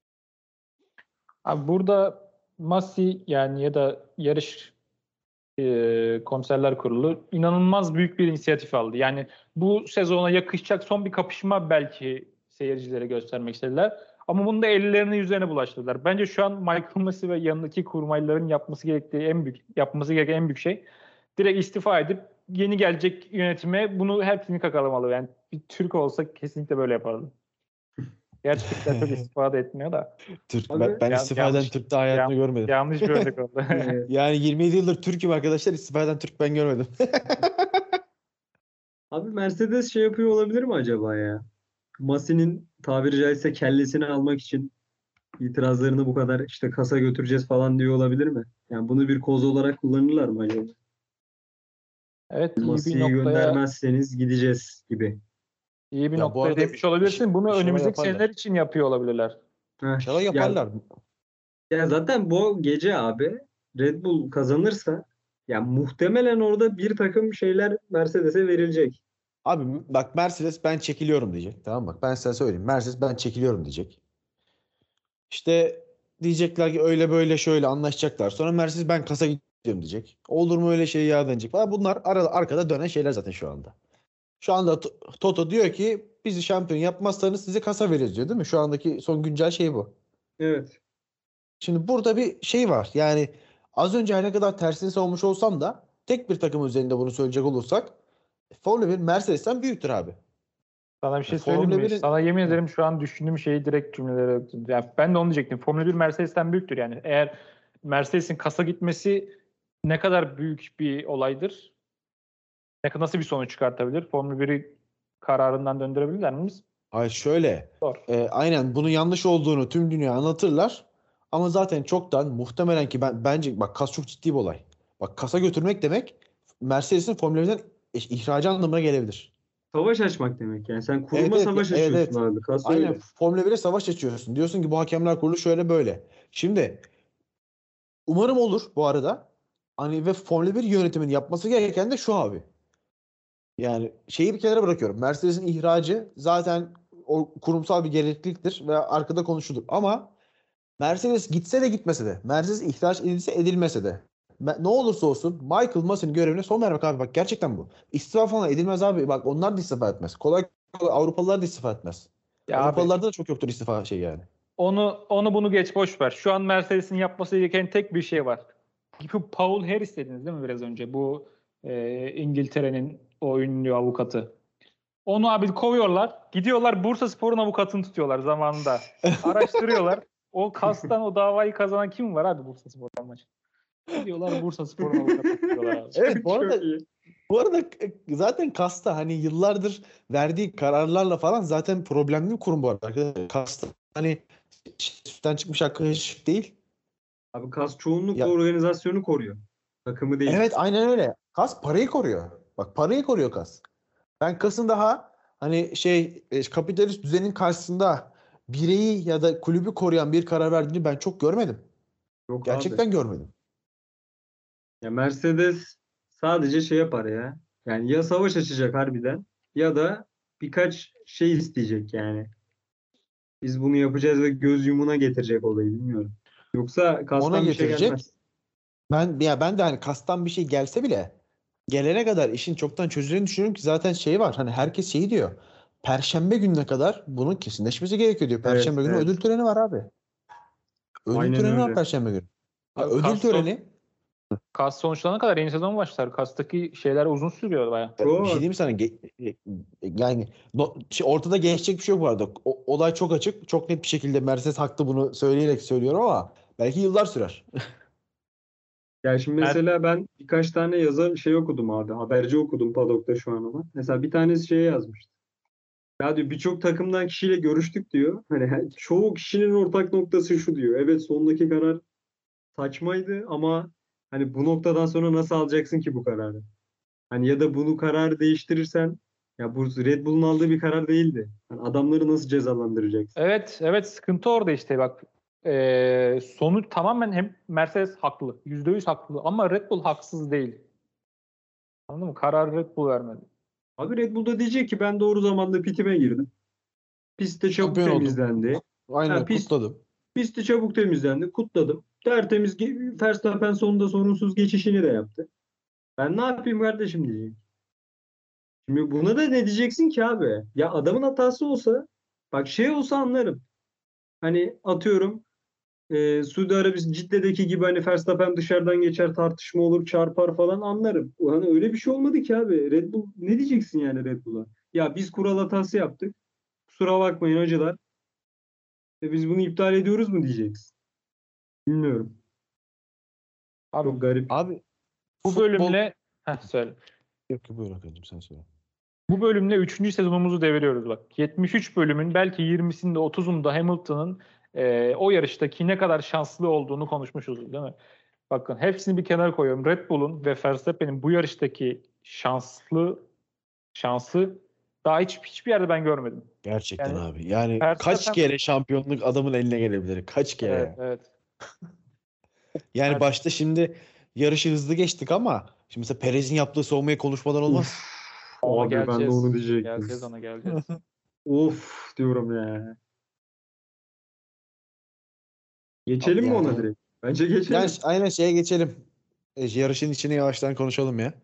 Abi burada Masi yani ya da yarış e, komiserler kurulu inanılmaz büyük bir inisiyatif aldı. Yani bu sezona yakışacak son bir kapışma belki seyircilere göstermek istediler. Ama bunu da ellerini yüzlerine bulaştırdılar. Bence şu an Michael Masi ve yanındaki kurmayların yapması gerektiği en büyük yapması gereken en büyük şey direkt istifa edip yeni gelecek yönetime bunu hepsini kakalamalı. Yani bir Türk olsa kesinlikle böyle yapardı. Gerçi Türkler çok istifa da etmiyor da. Türk, Abi, ben, ben yan- istifa eden yanlış- Türk daha hayatımda yan- görmedim. Yanlış bir örnek oldu. Ee, Yani yirmi yedi yıldır Türk'üm arkadaşlar, istifa eden Türk ben görmedim. Abi Mercedes şey yapıyor olabilir mi acaba ya? Masi'nin tabiri caizse kellesini almak için itirazlarını bu kadar işte kasa götüreceğiz falan diyor olabilir mi? Yani bunu bir koz olarak kullanırlar mı acaba? Evet, iyi bir Masi'yi noktaya göndermezseniz gideceğiz gibi. iyi bir Ya bu noktaya arada demiş olabilirsin. Bunu inşallah önümüzdeki yaparlar. seneler için yapıyor olabilirler. Heh, İnşallah ya yaparlar. Ya zaten bu gece abi Red Bull kazanırsa ya muhtemelen orada bir takım şeyler Mercedes'e verilecek. Abi bak Mercedes ben çekiliyorum diyecek. Tamam bak ben size söyleyeyim. Mercedes ben çekiliyorum diyecek. İşte diyecekler ki öyle böyle şöyle anlaşacaklar. Sonra Mercedes ben kasa gidiyorum diyecek. Olur mu öyle şey ya denecek. Falan. Bunlar arada, arkada dönen şeyler zaten şu anda. Şu anda T- Toto diyor ki bizi şampiyon yapmazsanız size kasa veririz diyor değil mi? Şu andaki son güncel şey bu. Evet. Şimdi burada bir şey var. Yani az önce her ne kadar tersini savunmuş olsam da tek bir takım üzerinde bunu söyleyecek olursak Formula bir Mercedes'ten büyüktür abi. Sana bir şey Ya söyleyeyim Formula mi? birin Sana yemin ederim şu an düşündüğüm şeyi direkt cümlelere döktüm. Yani ben de onu diyecektim. Formula bir Mercedes'ten büyüktür yani. Eğer Mercedes'in kasa gitmesi ne kadar büyük bir olaydır? Ne nasıl bir sonuç çıkartabilir? Formula biri kararından döndürebilirler mi biz? Ay şöyle. Zor. E, aynen bunun yanlış olduğunu tüm dünya anlatırlar. Ama zaten çoktan muhtemelen ki ben bence bak kas çok ciddi bir olay. Bak kasa götürmek demek Mercedes'in Formula birden ihracı anlamına gelebilir. Savaş açmak demek yani. Sen Evet kuruma evet savaş evet açıyorsun evet. abi. Kas Aynen öyle. Formula bire savaş açıyorsun. Diyorsun ki bu hakemler kurulu şöyle böyle. Şimdi umarım olur bu arada. Hani ve Formula bir yönetiminin yapması gereken de şu abi. Yani şeyi bir kenara bırakıyorum. Mercedes'in ihracı zaten o kurumsal bir gerekliliktir ve arkada konuşulur. Ama Mercedes gitse de gitmese de, Mercedes ihraç edilse edilmese de me- ne olursa olsun Michael Masi'nin görevine son vermek abi. Bak gerçekten bu. İstifa falan edilmez abi. Bak onlar da istifa etmez. Kolay kolay Avrupalılar da istifa etmez. Ya abi Avrupalılarda da çok yoktur istifa şey yani. onu onu bunu geç boş ver. Şu an Mercedes'in yapması gereken tek bir şey var. Bu Paul Harris dediniz değil mi biraz önce? Bu e, İngiltere'nin o ünlü avukatı. Onu abi kovuyorlar. Gidiyorlar Bursaspor'un avukatını tutuyorlar zamanında. Araştırıyorlar. O kastan o davayı kazanan kim var abi Bursaspor'dan maç? Gidiyorlar Bursaspor'un avukatını tutuyorlar abi. Evet bu arada Çok iyi. bu arada e, zaten Kasta hani yıllardır verdiği kararlarla falan zaten problemli bir kurum bu arada arkadaşlar. Kasta hani sütten çıkmış arkadaş değil. Abi kas çoğunlukla Ya organizasyonu koruyor. Takımı değil. evet aynen öyle. Kas parayı koruyor. Bak parayı koruyor Kas. Ben Kas'ın daha hani şey e, kapitalist düzenin karşısında bireyi ya da kulübü koruyan bir karar verdiğini ben çok görmedim. Yok abi. Gerçekten görmedim. Ya Mercedes sadece şey yapar ya. Yani ya savaş açacak harbiden ya da birkaç şey isteyecek yani. Biz bunu yapacağız ve göz yumuna getirecek olayı bilmiyorum. Yoksa Ona kastan bir şey getirecek. gelmez. Ben ya ben de hani Kas'tan bir şey gelse bile gelene kadar işin çoktan çözüleceğini düşünüyorum ki zaten şey var. Hani herkes şeyi diyor. Perşembe gününe kadar bunun kesinleşmesi gerekiyor diyor. Evet, Perşembe günü evet. ödül töreni var abi. Ödül Aynen töreni var öyle. Perşembe günü. Ya Abi ödül kas, son, töreni kas sonuçlanana kadar yeni sezon başlar. Kastaki şeyler uzun sürüyor baya. bir şey Çok. diyeyim mi sana? Ge- e, yani no- şey, ortada geçecek bir şey yok bu arada. O, olay çok açık. Çok net bir şekilde Mercedes haklı bunu söyleyerek söylüyorum ama belki yıllar sürer. Ya şimdi Mer- mesela ben birkaç tane yazar şey okudum abi. Haberci okudum Paddock'ta şu an ama. Mesela bir tanesi şey yazmıştı. Ya diyor birçok takımdan kişiyle görüştük diyor. Hani her- çoğu kişinin ortak noktası şu diyor. Evet sondaki karar saçmaydı ama hani bu noktadan sonra nasıl alacaksın ki bu kararı? Hani ya da bunu kararı değiştirirsen ya bu Red Bull'un aldığı bir karar değildi. Hani adamları nasıl cezalandıracaksın? Evet, evet sıkıntı orada işte bak. E, sonuç tamamen hem Mercedes haklı. yüzde yüz haklı ama Red Bull haksız değil. Anladın mı? Karar Red Bull vermedi. Abi Red Bull da diyecek ki ben doğru zamanda pitime girdim. Pist de çabuk Şampiyon oldum. temizlendi. Aynen Ha, pist, kutladım. pisti çabuk temizlendi. Kutladım. Tertemiz ge- Verstappen sonunda sorunsuz geçişini de yaptı. Ben ne yapayım kardeşim diyecek. Şimdi buna da ne diyeceksin ki abi? Ya adamın hatası olsa bak şey olsa anlarım. Hani atıyorum e, Suudi Arabistan Cidde'deki gibi hani Verstappen dışarıdan geçer tartışma olur çarpar falan anlarım. Hani öyle bir şey olmadı ki abi. Red Bull ne diyeceksin yani Red Bull'a? Ya biz kural hatası yaptık. Kusura bakmayın hocalar. E, biz bunu iptal ediyoruz mu diyeceksin. Bilmiyorum. Abi Çok garip. Abi bu futbol bölümle heh, söyle. yok buyur Akıncığım sen söyle. Bu bölümle üçüncü sezonumuzu deviriyoruz bak. yetmiş üç bölümün belki yirmisinde otuzunda Hamilton'ın e, o yarıştaki ne kadar şanslı olduğunu konuşmuşuz değil mi? Bakın hepsini bir kenara koyuyorum. Red Bull'un ve Verstappen'in bu yarıştaki şanslı şansı daha hiç hiçbir yerde ben görmedim. Gerçekten Yani abi. Yani kaç Verstappen kere şampiyonluk adamın eline gelebilir? Kaç kere evet, ya? evet. Yani Evet. başta şimdi yarışı hızlı geçtik ama şimdi mesela Perez'in yaptığı savunmayı konuşmadan olmaz. Ona Abi ben de geleceğiz. onu diyecektim. Geleceğiz ona geleceğiz. Of diyorum ya. Geçelim mi Yani- ona direkt? Bence geçelim. Yani aynen şeye geçelim. E, yarışın içine yavaştan konuşalım ya.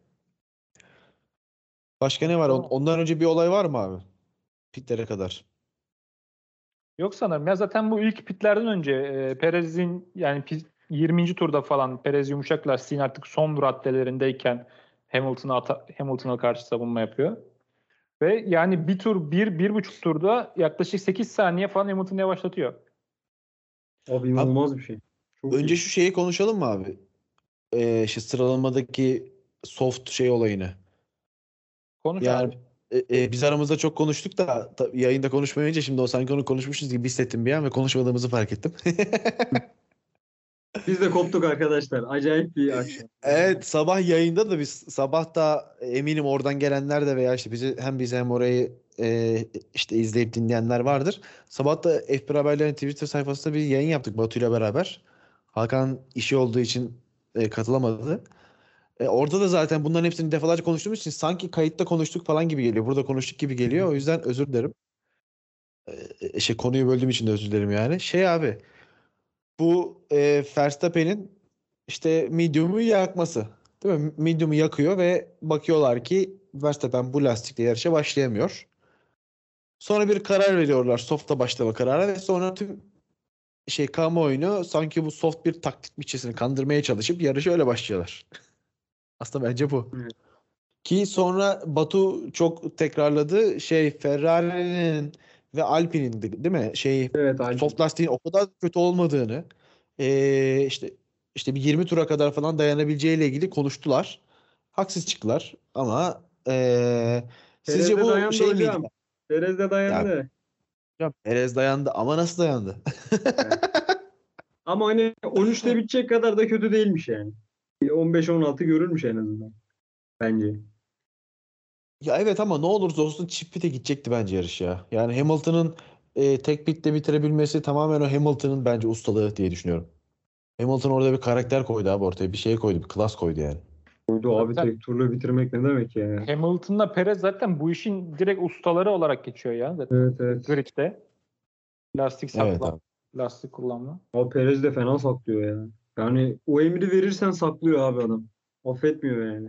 Başka ne var? On- Tamam. Ondan önce bir olay var mı abi? Pitlere kadar. Yok sanırım. Ya zaten bu ilk pitlerden önce e, Perez'in yani pit- yirminci turda falan Perez yumuşak lastiğin artık son raddelerindeyken Hamilton'a ata- Hamilton'a karşı savunma yapıyor. Ve yani bir tur, bir, bir buçuk turda yaklaşık sekiz saniye falan Hamilton'ı yavaşlatıyor. Abi inanılmaz bir şey. Çok Önce iyi. şu şeyi konuşalım mı abi? Ee, işte sıralamadaki soft şey olayını. Konuş Yani abi. e, e, biz aramızda çok konuştuk da ta- yayında konuşmayınca şimdi o sanki onu konuşmuşuz gibi hissettim bir an ve konuşmadığımızı fark ettim. Biz de koptuk arkadaşlar. Acayip bir akşam. Evet, sabah yayında da biz sabah da eminim oradan gelenler de veya işte bizi hem bizi hem orayı e, işte izleyip dinleyenler vardır. Sabah da F bir Haberler'in Twitter sayfasında bir yayın yaptık Batu ile beraber. Hakan işi olduğu için e, katılamadı. E, orada da zaten bunların hepsini defalarca konuştuğumuz için sanki kayıtta konuştuk falan gibi geliyor. Burada konuştuk gibi geliyor. O yüzden özür dilerim. E, şey konuyu böldüğüm için de özür dilerim yani. Şey abi bu e, Verstappen'in işte medium'u yakması. Değil mi? Medium'u yakıyor ve bakıyorlar ki Verstappen bu lastikle yarışa başlayamıyor. Sonra bir karar veriyorlar. Soft'ta başlama kararı ve sonra tüm şey kamuoyunu sanki bu soft bir taklitmişçesine kandırmaya çalışıp yarışa öyle başlıyorlar. Aslında bence bu. Evet. Ki sonra Batu çok tekrarladı. Şey Ferrari'nin ve Alpine'in de- değil mi? Şey Evet Alp. soft lastiğin o kadar kötü olmadığını eee, işte işte bir yirmi tura kadar falan dayanabileceğiyle ilgili konuştular. Haksız çıktılar ama eee, Perez sizce de bu dayandı şey miydi? hocam. Perez de Ya dayandı. hocam Perez dayandı ama nasıl dayandı? Evet. Ama hani on üçte bitecek kadar da kötü değilmiş yani. Bir on beş on altı görülmüş en azından. Bence. Ya evet ama ne olursa olsun çift pit'e gidecekti bence yarış ya. Yani Hamilton'ın e, tek pitte bitirebilmesi tamamen o Hamilton'ın bence ustalığı diye düşünüyorum. Hamilton orada bir karakter koydu abi ortaya. Bir şey koydu. Bir klas koydu yani. Koydu abi Zaten tek turla bitirmek ne demek ya? Hamilton'la Perez zaten bu işin direkt ustaları olarak geçiyor ya zaten. Evet evet. Grid'de. Lastik Evet sakla, abi. lastik kullanma. Abi Perez de fena saklıyor ya. Yani o emri verirsen saklıyor abi adam. Affetmiyor yani.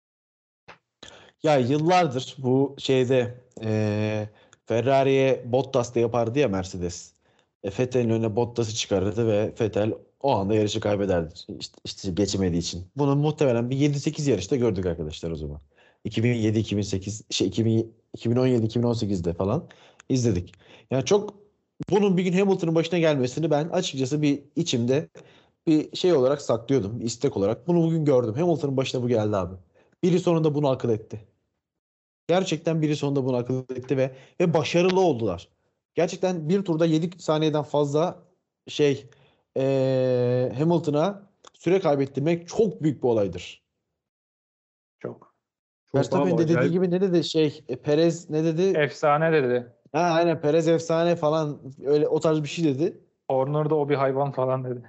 Ya yıllardır bu şeyde e, Ferrari'ye Bottas da yapardı ya Mercedes. E, Vettel'in önüne Bottas'ı çıkarırdı ve Vettel o anda yarışı kaybederdi. İşte, işte geçemediği için. Bunu muhtemelen bir yedi sekiz yarışta gördük arkadaşlar o zaman. iki bin yedi iki bin sekiz şey iki bin, iki bin on yedi iki bin on sekizde falan izledik. Yani çok bunun bir gün Hamilton'ın başına gelmesini ben açıkçası bir içimde bir şey olarak saklıyordum. Bir istek olarak. Bunu bugün gördüm. Hamilton'ın başına bu geldi abi. Biri sonunda bunu akıl etti. Gerçekten biri sonunda bunu akıl etti ve ve başarılı oldular. Gerçekten bir turda yedi saniyeden fazla şey eee, Hamilton'a süre kaybettirmek çok büyük bir olaydır. Çok. Çok Verstappen abi de dediği acayip. gibi ne dedi şey e, Perez ne dedi? Efsane dedi. Ha aynen Perez efsane falan öyle o tarz bir şey dedi. Horner'da o bir hayvan falan dedi.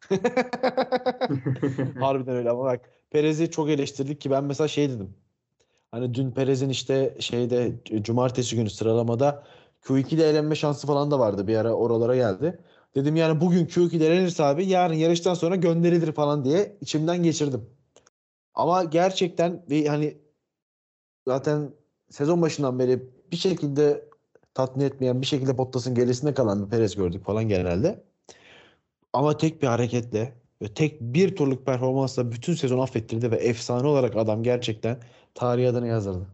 Harbiden öyle ama bak Perez'i çok eleştirdik ki ben mesela şey dedim. Hani dün Perez'in işte şeyde c- cumartesi günü sıralamada Q iki'de elenme şansı falan da vardı. Bir ara oralara geldi. Dedim yani bugün Q iki'de elenirse abi yarın yarıştan sonra gönderilir falan diye içimden geçirdim. Ama gerçekten bir hani zaten sezon başından beri bir şekilde tatmin etmeyen bir şekilde Bottas'ın gerisinde kalan bir Perez gördük falan genelde. Ama tek bir hareketle ve tek bir turluk performansla bütün sezon affettirdi ve efsane olarak adam gerçekten tarihe adını yazdırdı.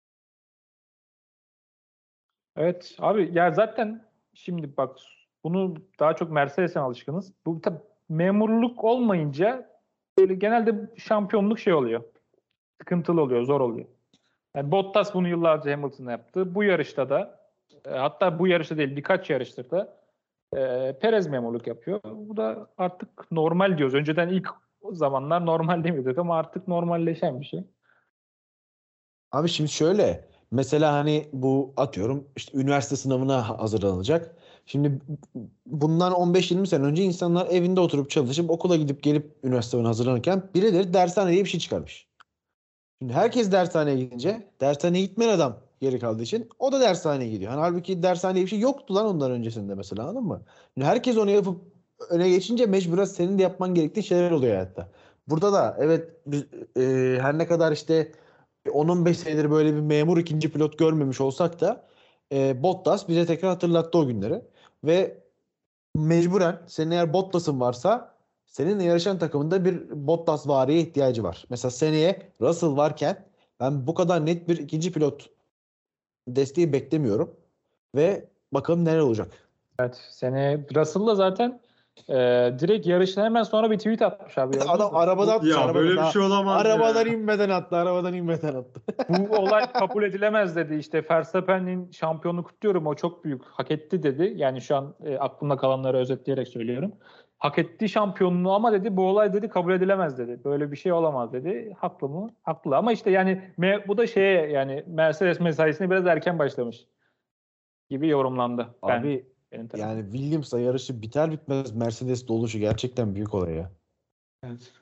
Evet abi ya zaten şimdi bak bunu daha çok Mercedes'e alışkınız. Bu tabii memurluk olmayınca böyle genelde şampiyonluk şey oluyor. Sıkıntılı oluyor, zor oluyor. Yani Bottas bunu yıllarca Hamilton'a yaptı. Bu yarışta da e, hatta bu yarışta değil birkaç yarıştır da e, Perez memurluk yapıyor. Bu da artık normal diyoruz. Önceden ilk zamanlar normal demiyorduk ama artık normalleşen bir şey. Abi şimdi şöyle mesela hani bu atıyorum işte üniversite sınavına hazırlanacak. Şimdi bundan on beş yirmi sene önce insanlar evinde oturup çalışıp okula gidip gelip üniversiteye hazırlanırken birileri dershane diye bir şey çıkarmış. Şimdi herkes dershaneye gidince dershaneye gitmeyen adam geri kaldığı için o da dershaneye gidiyor. Hani halbuki dershaneye diye bir şey yoktu lan ondan öncesinde mesela, anladın mı? Şimdi herkes onu yapıp öne geçince mecburen senin de yapman gerektiği şeyler oluyor hayatta. Burada da evet biz, e, her ne kadar işte on on beş senedir böyle bir memur ikinci pilot görmemiş olsak da e, Bottas bize tekrar hatırlattı o günleri. Ve mecburen senin eğer Bottas'ın varsa seninle yarışan takımında bir Bottas variye ihtiyacı var. Mesela seneye Russell varken ben bu kadar net bir ikinci pilot desteği beklemiyorum. Ve bakalım neler olacak. Evet. Seni Russell'la zaten e, direkt yarıştan hemen sonra bir tweet atmış abi. gördünüz Adam mü? arabadan atmış. Ya arabadan. böyle bir Daha- şey olamaz Arabadan ya. inmeden attı. Arabadan inmeden attı. Bu olay kabul edilemez dedi. İşte Verstappen'in şampiyonluğu kutluyorum. O çok büyük. Hak etti dedi. Yani şu an e, aklımda kalanları özetleyerek söylüyorum. Hak etti şampiyonluğu ama dedi bu olay dedi kabul edilemez dedi. Böyle bir şey olamaz dedi. Haklı mı? Haklı. Ama işte yani me- bu da şeye yani Mercedes mesaisine biraz erken başlamış gibi yorumlandı. Ben, Abi benim tarafım. yani Williams'la yarışı biter bitmez Mercedes'te oluşu gerçekten büyük olay ya. Evet.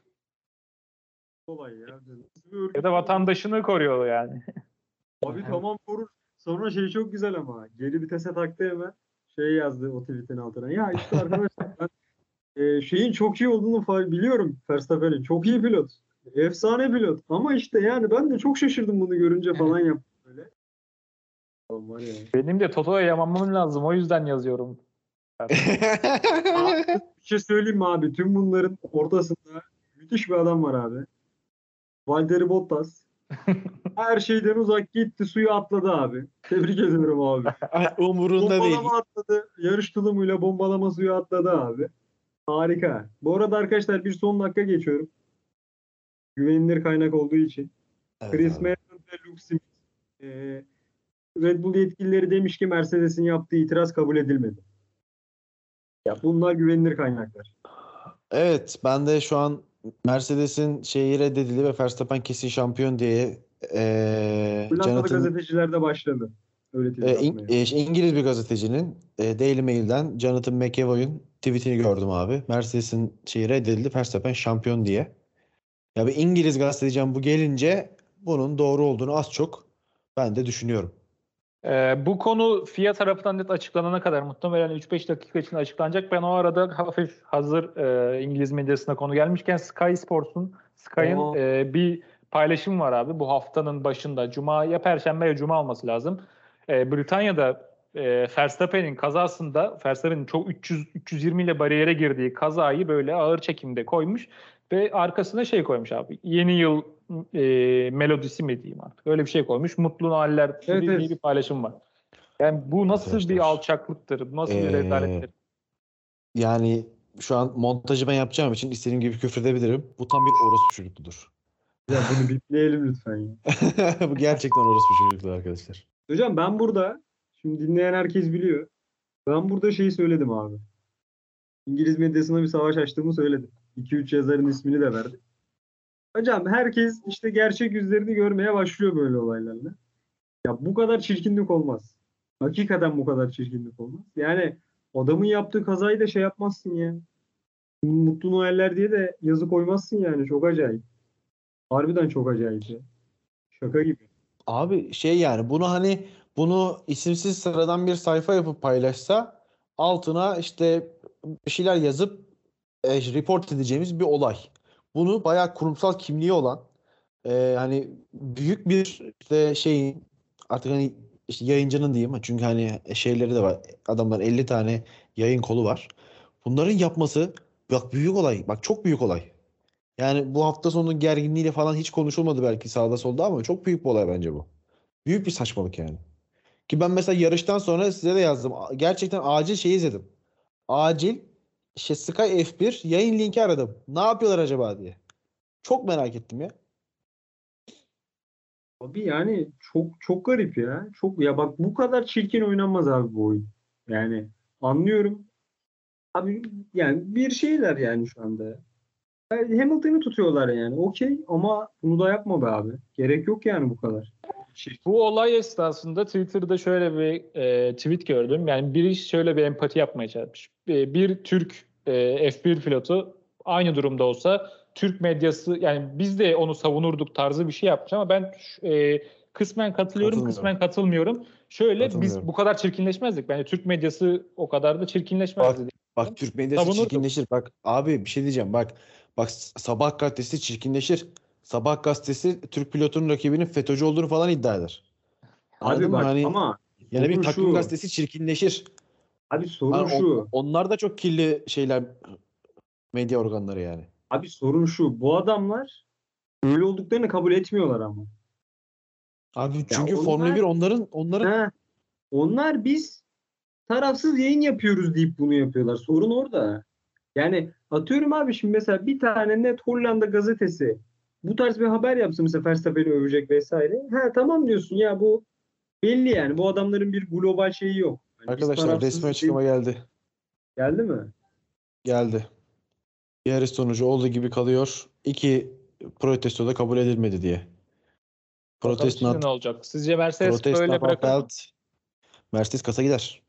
Olay ya. Nasıl bir örgüt Ya da bu? vatandaşını koruyor yani. Abi tamam korur. Sonra şey çok güzel ama. Geri vitese taktı hemen. Şey yazdı o tweetin altına. Ya işte arkadaşlar ben e, şeyin çok iyi olduğunu fa- biliyorum. Verstappen'in. Çok iyi pilot. Efsane pilot. Ama işte yani ben de çok şaşırdım bunu görünce falan yaptım böyle. Tamam var ya. Benim de Toto'ya yamamam lazım. O yüzden yazıyorum. Aa, bir şey söyleyeyim mi abi? Tüm bunların ortasında müthiş bir adam var abi. Valtteri Bottas. Her şeyden uzak gitti, suya atladı abi. Tebrik ediyorum abi. Umurunda değil. Bombalama atladı. Yarış tulumuyla bombalama suya atladı abi. Harika. Bu arada arkadaşlar bir son dakika geçiyorum. Güvenilir kaynak olduğu için. Evet Chris abi. Madden ve Luke Smith. e, Red Bull yetkilileri demiş ki Mercedes'in yaptığı itiraz kabul edilmedi. Ya bunlar güvenilir kaynaklar. Evet, ben de şu an Mercedes'in şeyi reddedildi ve Verstappen kesin şampiyon diye eee Hollandalı Jonathan gazeteciler de başladı. Öyle tweet e, atmaya. İng- e, İngiliz bir gazetecinin e, Daily Mail'den Jonathan McEvoy'un tweetini gördüm abi. Mercedes'in şeyi reddedildi, Verstappen şampiyon diye. Ya bir İngiliz gazeteciden bu gelince bunun doğru olduğunu az çok ben de düşünüyorum. Ee, bu konu F I A tarafından net açıklanana kadar muhtemelen üç beş dakika içinde açıklanacak. Ben o arada hafif hazır e, İngiliz medyasına konu gelmişken Sky Sports'un Sky'ın Oo. e, bir paylaşım var abi. Bu haftanın başında Cuma ya Perşembe ya Cuma olması lazım. E, Britanya'da e, Verstappen'in kazasında Verstappen'in çok üç yüz üç yüz yirmi ile bariyere girdiği kazayı böyle ağır çekimde koymuş ve arkasına şey koymuş abi. Yeni yıl e, melodisi mi diyeyim artık. Öyle bir şey koymuş. Mutlu Noeller Evet, diye evet. bir paylaşım var. Yani bu nasıl Arkadaşlar, bir alçaklıktır? Bu nasıl bir Ee, rezalettir? Yani şu an montajı ben yapacağım için istediğim gibi küfredebilirim. Bu tam bir orospu çocukludur. Ya bunu bipleyelim lütfen ya. Bu gerçekten orospu çocukluğu arkadaşlar. Hocam ben burada, şimdi dinleyen herkes biliyor. Ben burada şeyi söyledim abi. İngiliz medyasına bir savaş açtığımı söyledim. iki üç yazarın ismini de verdim. Hocam herkes işte gerçek yüzlerini görmeye başlıyor böyle olaylarla. Ya bu kadar çirkinlik olmaz. Hakikaten bu kadar çirkinlik olmaz. Yani adamın yaptığı kazayı da şey yapmazsın ya. Mutlu Noeller diye de yazı koymazsın yani. Çok acayip. Harbiden çok acayip ya. Şaka gibi. Abi şey yani bunu hani bunu isimsiz sıradan bir sayfa yapıp paylaşsa altına işte bir şeyler yazıp e, report edeceğimiz bir olay. Bunu bayağı kurumsal kimliği olan e, hani büyük bir işte şeyin artık hani işte yayıncının diyeyim çünkü hani şeyleri de var. Adamlar elli tane yayın kolu var. Bunların yapması bak büyük olay. Bak çok büyük olay. Yani bu hafta sonu gerginliğiyle falan hiç konuşulmadı belki sağda solda ama çok büyük bir olay bence bu. Büyük bir saçmalık yani. Ki ben mesela yarıştan sonra size de yazdım. Gerçekten acil şey izledim. Acil işte Sky F bir yayın linki aradım. Ne yapıyorlar acaba diye. Çok merak ettim ya. Abi yani çok çok garip ya. Çok ya bak bu kadar çirkin oynanmaz abi bu oyun. Yani anlıyorum. Abi yani bir şeyler yani şu anda. Yani Hamilton'ı tutuyorlar yani. Okey ama bunu da yapma be abi. Gerek yok yani bu kadar. Çirkin. Bu olay esnasında Twitter'da şöyle bir e, tweet gördüm. Yani biri şöyle bir empati yapmaya çalışmış. E, bir Türk e, F bir pilotu aynı durumda olsa Türk medyası, yani biz de onu savunurduk tarzı bir şey yapmış ama ben e, kısmen katılıyorum, Katılmıyorum. kısmen katılmıyorum. Şöyle biz Katılmıyorum. bu kadar çirkinleşmezdik. Bence Türk medyası o kadar da çirkinleşmezdi. Bak Türk medyası Savunurduk. çirkinleşir. Bak abi bir şey diyeceğim. Bak bak Sabah gazetesi çirkinleşir. Sabah gazetesi Türk pilotunun rakibinin FETÖ'cü olduğunu falan iddia eder. Anladın Abi mı? bak Hani ama yani bir sorun takvim şu. gazetesi çirkinleşir. Abi sorun Hani on- şu. onlar da çok kirli şeyler, medya organları yani. Abi sorun şu. Bu adamlar öyle olduklarını kabul etmiyorlar ama. Abi çünkü onlar- Formula bir onların onların Ha, onlar biz tarafsız yayın yapıyoruz deyip bunu yapıyorlar. Sorun orada. Yani atıyorum abi, şimdi mesela bir tane net Hollanda gazetesi bu tarz bir haber yapsın, mesela Verstappen'i övecek vesaire. Ha tamam diyorsun ya, bu belli yani. Bu adamların bir global şeyi yok. Yani biz arkadaşlar tarafsız resmi açıklama geldi. geldi mi? Geldi. Yarış sonucu olduğu gibi kalıyor. İki protesto da kabul edilmedi diye. Bakalım Protest şimdi not, ne olacak? Sizce Mercedes protest böyle not bırakır mı? upheld. Mercedes kasa gider.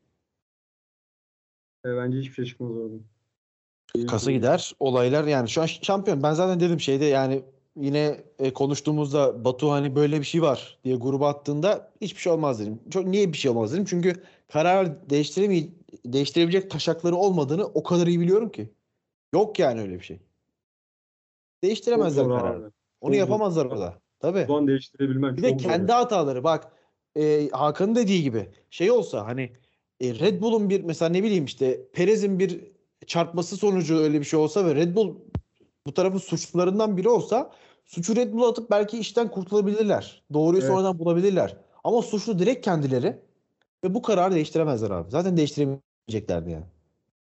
E, bence hiçbir şey çıkmaz orada. Kasa gider. Olaylar yani şu an şampiyon. Ben zaten dedim şeyde yani yine e, konuştuğumuzda Batu hani böyle bir şey var diye gruba attığında hiçbir şey olmaz dedim. Çok niye bir şey olmaz dedim. Çünkü karar değiştiremey değiştirebilecek taşakları olmadığını o kadar iyi biliyorum ki. Yok yani öyle bir şey. Değiştiremezler Çok zor kararı. abi. Onu Çok yapamazlar zor. orada. Tabii. Buradan değiştirebilmen Bir de çok zor. kendi hataları bak e, Hakan'ın dediği gibi şey olsa hani e, Red Bull'un bir mesela ne bileyim işte Perez'in bir çarpması sonucu öyle bir şey olsa ve Red Bull bu tarafın suçlularından biri olsa suçu Red Bull'a atıp belki işten kurtulabilirler. Doğruyu Evet. sonradan bulabilirler. Ama suçlu direkt kendileri ve bu kararı değiştiremezler abi. Zaten değiştiremeyeceklerdi yani.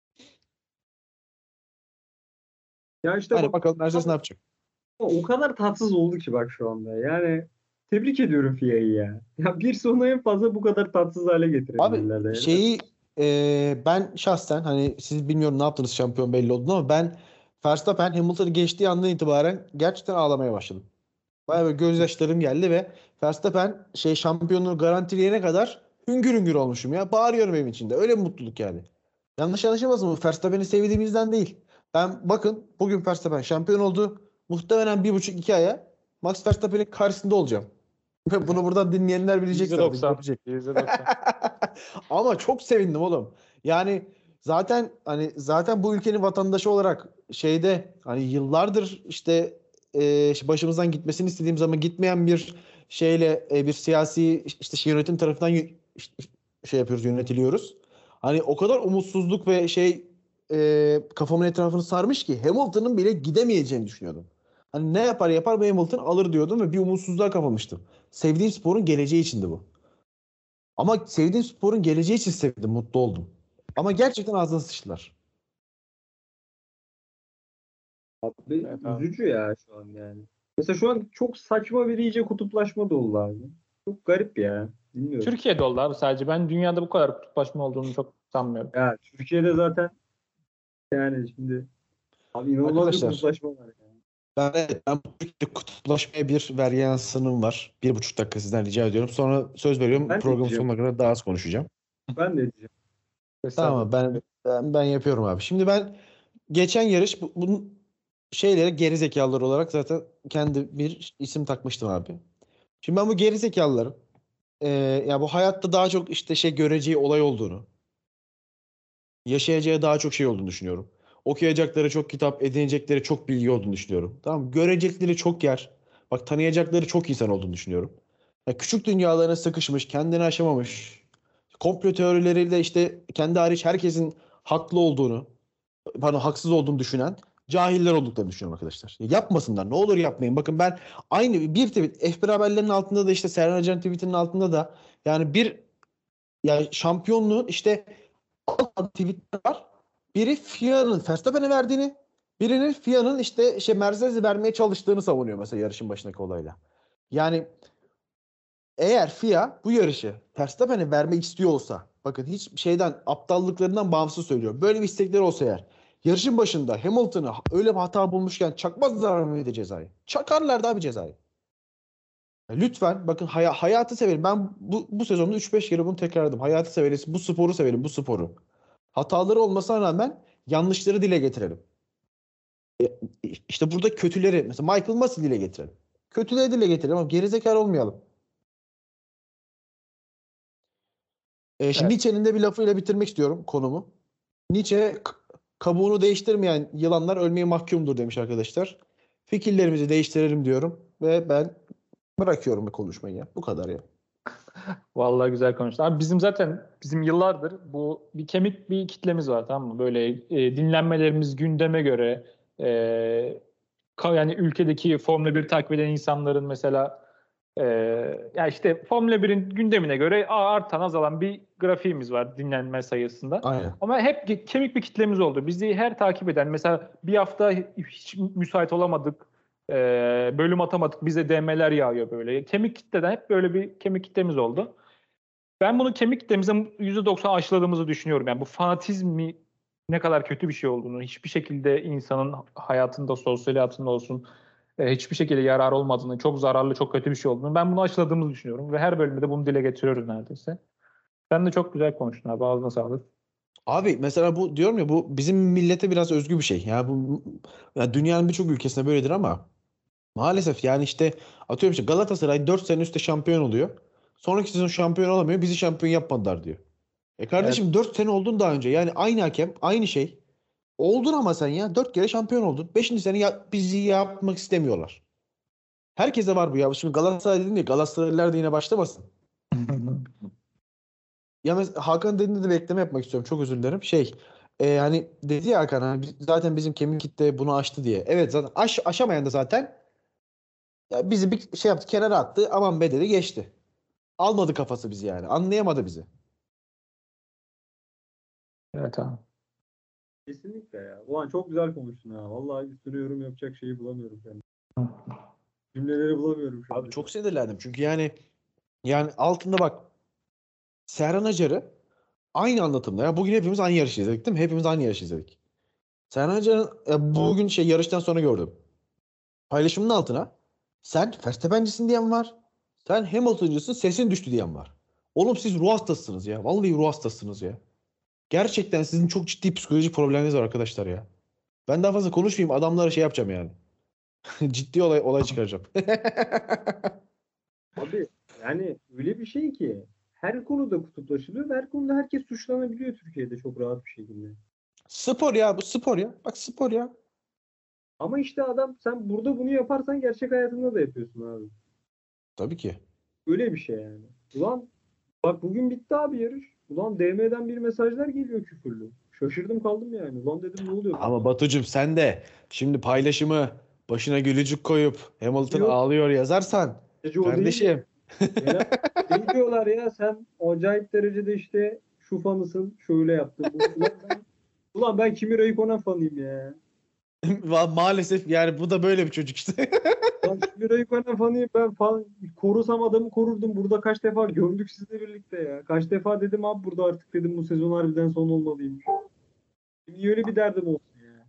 Ya işte Hani bak, bakalım Mercedes ne yapacak? o kadar tatsız oldu ki bak şu anda. Yani tebrik ediyorum F I A'yı ya. Ya bir sonu en fazla bu kadar tatsız hale getirebilirler. Abi yani. şeyi e, ben şahsen hani siz bilmiyorum ne yaptınız şampiyon belli oldu ama ben Verstappen Hamilton'ı geçtiği andan itibaren gerçekten ağlamaya başladım. Bayağı böyle gözyaşlarım geldi ve Verstappen şey şampiyonluğu garantileyene kadar hüngür hüngür olmuşum ya. Bağırıyorum evin içinde. Öyle bir mutluluk yani. Yanlış anlaşılmasın, bu Verstappen'i sevdiğimizden değil. Ben bakın bugün Verstappen şampiyon oldu. Muhtemelen bir buçuk iki aya Max Verstappen'in karşısında olacağım. Ve bunu buradan dinleyenler bilecek yüzde zaten. doksan. görecek. yüzde doksan. Ama çok sevindim oğlum. Yani zaten hani zaten bu ülkenin vatandaşı olarak şeyde hani yıllardır işte e, başımızdan gitmesini istediğim zaman gitmeyen bir şeyle e, bir siyasi işte şey yönetim tarafından y- işte şey yapıyoruz, yönetiliyoruz. Hani o kadar umutsuzluk ve şey e, kafamın etrafını sarmış ki Hamilton'ın bile gidemeyeceğini düşünüyordum. Hani ne yapar yapar bu Hamilton alır diyordum ve bir umutsuzluğa kapılmıştım. Sevdiğim sporun geleceği içindi bu. Ama sevdiğim sporun geleceği için sevdim, mutlu oldum. Ama gerçekten ağzına sıçtılar. Abi, Evet abi. üzücü ya şu an yani. Mesela şu an çok saçma bir iyice kutuplaşma da oldu abi. Çok garip ya. Bilmiyorum. Türkiye'de oldu abi sadece. Ben dünyada bu kadar kutuplaşma olduğunu çok sanmıyorum. Ya Türkiye'de zaten yani şimdi abi inanılmaz bir Arkadaşlar, kutuplaşma var yani. Ben, evet, ben bu Türkiye'de kutuplaşmaya bir varyansınım var. Bir buçuk dakika sizden rica ediyorum. Sonra söz veriyorum Ben de programın diyeceğim. sonuna kadar daha az konuşacağım. Ben de diyeceğim. Tamam ben, ben ben yapıyorum abi. Şimdi ben geçen yarış bu, bunun şeylere geri zekalılar olarak zaten kendi bir isim takmıştım abi. Şimdi ben bu geri zekalıların e, ya bu hayatta daha çok işte şey göreceği olay olduğunu, yaşayacağı daha çok şey olduğunu düşünüyorum. Okuyacakları çok kitap, edinecekleri çok bilgi olduğunu düşünüyorum. Tamam mı? Görecekleri çok yer. Bak tanıyacakları çok insan olduğunu düşünüyorum. Ya küçük dünyalarına sıkışmış, kendini aşamamış. Komplo teorileriyle işte kendi hariç herkesin haklı olduğunu, pardon haksız olduğunu düşünen cahiller olduklarını düşünüyorum arkadaşlar. Ya yapmasınlar. Ne olur yapmayın. Bakın ben aynı bir tweet F bir haberlerinin altında da işte Serhan Hoca'nın tweetinin altında da yani bir yani şampiyonluğun işte tweetler var. Biri F I A'nın Verstappen'e verdiğini, birinin F I A'nın işte şey Mercedes'e vermeye çalıştığını savunuyor mesela yarışın başındaki olayla. Yani eğer F I A bu yarışı Verstappen'e vermek istiyor olsa, bakın hiç şeyden aptallıklarından bağımsız söylüyorum. Böyle bir istekleri olsa eğer yarışın başında Hamilton'ı öyle bir hata bulmuşken çakmazlar mıydı cezayı? Çakarlardı abi cezayı. Lütfen bakın hay- hayatı severim. Ben bu, bu sezonda üç beş kere bunu tekrarladım. Hayatı severiz. Bu sporu severim. Bu sporu. Hataları olmasına rağmen yanlışları dile getirelim. İşte burada kötüleri mesela Michael Masi dile getirelim. Kötüleri dile getirelim ama gerizekalı olmayalım. E, şimdi Evet. Nietzsche'nin de bir lafıyla bitirmek istiyorum konumu. Nietzsche k- kabuğunu değiştirmeyen yılanlar ölmeye mahkumdur demiş arkadaşlar. Fikirlerimizi değiştirelim diyorum ve ben bırakıyorum bu konuşmayı ya. Bu kadar ya. Vallahi güzel konuştun. Abi bizim zaten bizim yıllardır bu bir kemik bir kitlemiz var, tamam mı? Böyle e, dinlenmelerimiz gündeme göre e, ka- yani ülkedeki Formula bir takip eden insanların mesela e, ya işte Formula birin gündemine göre a- artan azalan bir grafiğimiz var dinlenme sayısında. Aynen. Ama hep ge- kemik bir kitlemiz oldu. Bizi her takip eden mesela bir hafta hiç müsait olamadık. e, bölüm atamadık. Bize D M'ler yağıyor böyle. Kemik kitleden hep böyle bir kemik kitlemiz oldu. Ben bunu kemik kitlemizin yüzde doksan aşıladığımızı düşünüyorum. Yani bu fanatizmi ne kadar kötü bir şey olduğunu, hiçbir şekilde insanın hayatında, sosyal hayatında olsun e, hiçbir şekilde yarar olmadığını, çok zararlı, çok kötü bir şey olduğunu ben bunu aşıladığımızı düşünüyorum. Ve her bölümde de bunu dile getiriyoruz neredeyse. Sen de çok güzel konuştun abi. Ağzına sağlık. Abi mesela bu diyorum ya bu bizim millete biraz özgü bir şey. Ya bu ya dünyanın birçok ülkesinde böyledir ama maalesef yani işte atıyorum işte Galatasaray dört sene üstte şampiyon oluyor. Sonraki sezon şampiyon olamıyor. Bizi şampiyon yapmadılar diyor. E Evet. kardeşim dört sene oldun daha önce. Yani aynı hakem, aynı şey. Oldun ama sen ya. Dört kere şampiyon oldun. Beşinci sene ya, bizi yapmak istemiyorlar. Herkese var bu ya. Şimdi Galatasaray dedin ya Galatasaraylılar da yine başlamasın. Ya mesela Hakan dediğinde de bir ekleme yapmak istiyorum. Çok özür dilerim. Şey e, hani dedi ya Hakan hani biz- zaten bizim kemik kitle bunu aştı diye. Evet zaten aş, aşamayan da zaten ya bizi bir şey yaptı kenara attı. Aman be dedi geçti. Almadı kafası bizi yani. Anlayamadı bizi. Evet abi. Kesinlikle ya. Ulan çok güzel konuştun ha. Vallahi üstüne yorum yapacak şeyi bulamıyorum kendime. Cümleleri bulamıyorum şu Abi anda. çok sinirlendim. Çünkü yani yani altında bak Serhan Acar'ı aynı anlatımda. Ya bugün hepimiz aynı yarışı izledik değil mi? Hepimiz aynı yarışı izledik. Serhan Acar'ın e, bugün şey yarıştan sonra gördüm. Paylaşımının altına sen Verstappen'cisin diyen var. Sen Hamilton'cısın sesin düştü diyen var. Oğlum siz ruh hastasısınız ya. Vallahi ruh hastasısınız ya. Gerçekten sizin çok ciddi psikolojik probleminiz var arkadaşlar ya. Ben daha fazla konuşmayayım. Adamlara şey yapacağım yani. Ciddi olay olay çıkaracağım. Abi yani öyle bir şey ki her konuda kutuplaşılıyor ve her konuda herkes suçlanabiliyor Türkiye'de çok rahat bir şekilde. Spor ya bu spor ya. Bak spor ya. Ama işte adam sen burada bunu yaparsan gerçek hayatında da yapıyorsun abi. Tabii ki. Öyle bir şey yani. Ulan bak bugün bitti abi yarış. Ulan D M'den bir mesajlar geliyor küfürlü. Şaşırdım kaldım yani. Ulan dedim ne oluyor? Ama Batucuğum sen de şimdi paylaşımı başına gülücük koyup Hamilton Yok. ağlıyor yazarsan Gece o değil. kardeşim Ya, ne diyorlar ya sen acayip derecede işte şu fanısın şöyle yaptın. Bu- Ulan ben, ulan ben Kimi Räikkönen fanıyım ya. Va- maalesef yani bu da böyle bir çocuk işte. Lan Kimi Räikkönen fanıyım ben fan, korusam adamı korurdum. Burada kaç defa gördük sizle birlikte ya. Kaç defa dedim abi burada artık dedim bu sezon harbiden son olmalıymış. Niye öyle bir derdim olsun ya.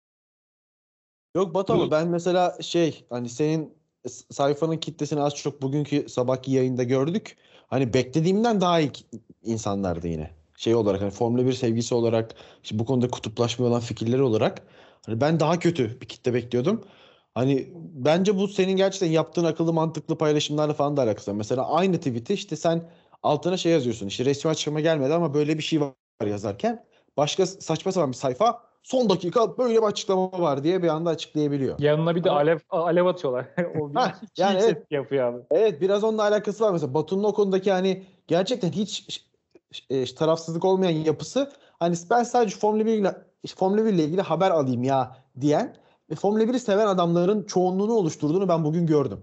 Yok Batu ama ben mesela şey hani senin s- sayfanın kitlesini az çok bugünkü sabahki yayında gördük. Hani beklediğimden daha iyi ki- insanlardı yine. Şey olarak hani Formula bir sevgisi olarak işte bu konuda kutuplaşma olan fikirleri olarak hani ben daha kötü bir kitle bekliyordum. Hani bence bu senin gerçekten yaptığın akıllı mantıklı paylaşımlarla falan da alakası var. Mesela aynı tweet'i işte sen altına şey yazıyorsun. İşte resmi açıklama gelmedi ama böyle bir şey var yazarken başka saçma sapan bir sayfa son dakika böyle bir açıklama var diye bir anda açıklayabiliyor. Yanına bir de Ama- alev alev atıyorlar. O bir Ha, çiğ yani ses evet. yapıyor abi. Evet biraz onunla alakası var mesela Batu'nun o konudaki hani gerçekten hiç e, tarafsızlık olmayan yapısı hani ben sadece Formula bir ile işte Formula bir ile ilgili haber alayım ya diyen ve Formula biri seven adamların çoğunluğunu oluşturduğunu ben bugün gördüm.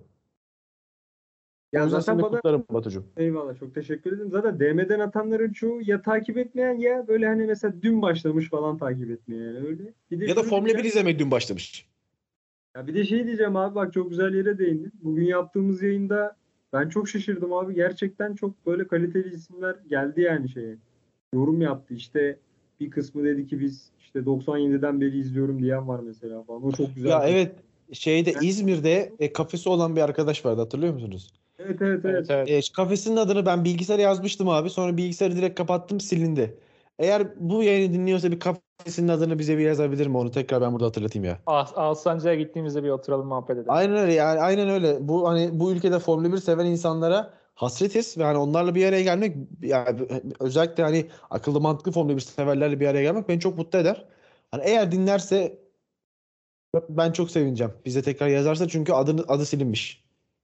O Ya yüzden zaten seni bana kutlarım Batucuğum. eyvallah çok teşekkür ederim. Zaten D M'den atanların çoğu ya takip etmeyen ya böyle hani mesela dün başlamış falan takip etmeye yani öyle. Bir de Ya da şunu Formula bir diyeceğim. izlemeye dün başlamış. Ya bir de şey diyeceğim abi bak çok güzel yere değindin. Bugün yaptığımız yayında ben çok şaşırdım abi. Gerçekten çok böyle kaliteli isimler geldi yani şeye. Yorum yaptı işte bir kısmı dedi ki biz işte doksan yediden beri izliyorum diyen var mesela falan. O çok güzel. Ya evet şeyde İzmir'de e, kafesi olan bir arkadaş vardı hatırlıyor musunuz? Evet evet evet. Evet, evet. E, şu kafesinin adını ben bilgisayara yazmıştım abi. Sonra bilgisayarı direkt kapattım, silindi. Eğer bu yayını dinliyorsa bir kafesinin adını bize bir yazabilir mi? Onu tekrar ben burada hatırlatayım ya. Al- Alsancak'a gittiğimizde bir oturalım, muhabbet edelim. Aynen öyle yani, aynen öyle. Bu hani bu ülkede Formula bir seven insanlara hasretiz ve hani onlarla bir araya gelmek, yani özellikle hani akıllı mantıklı Formula bir severlerle bir araya gelmek beni çok mutlu eder. Hani eğer dinlerse ben çok sevineceğim. Bize tekrar yazarsa, çünkü adı adı silinmiş.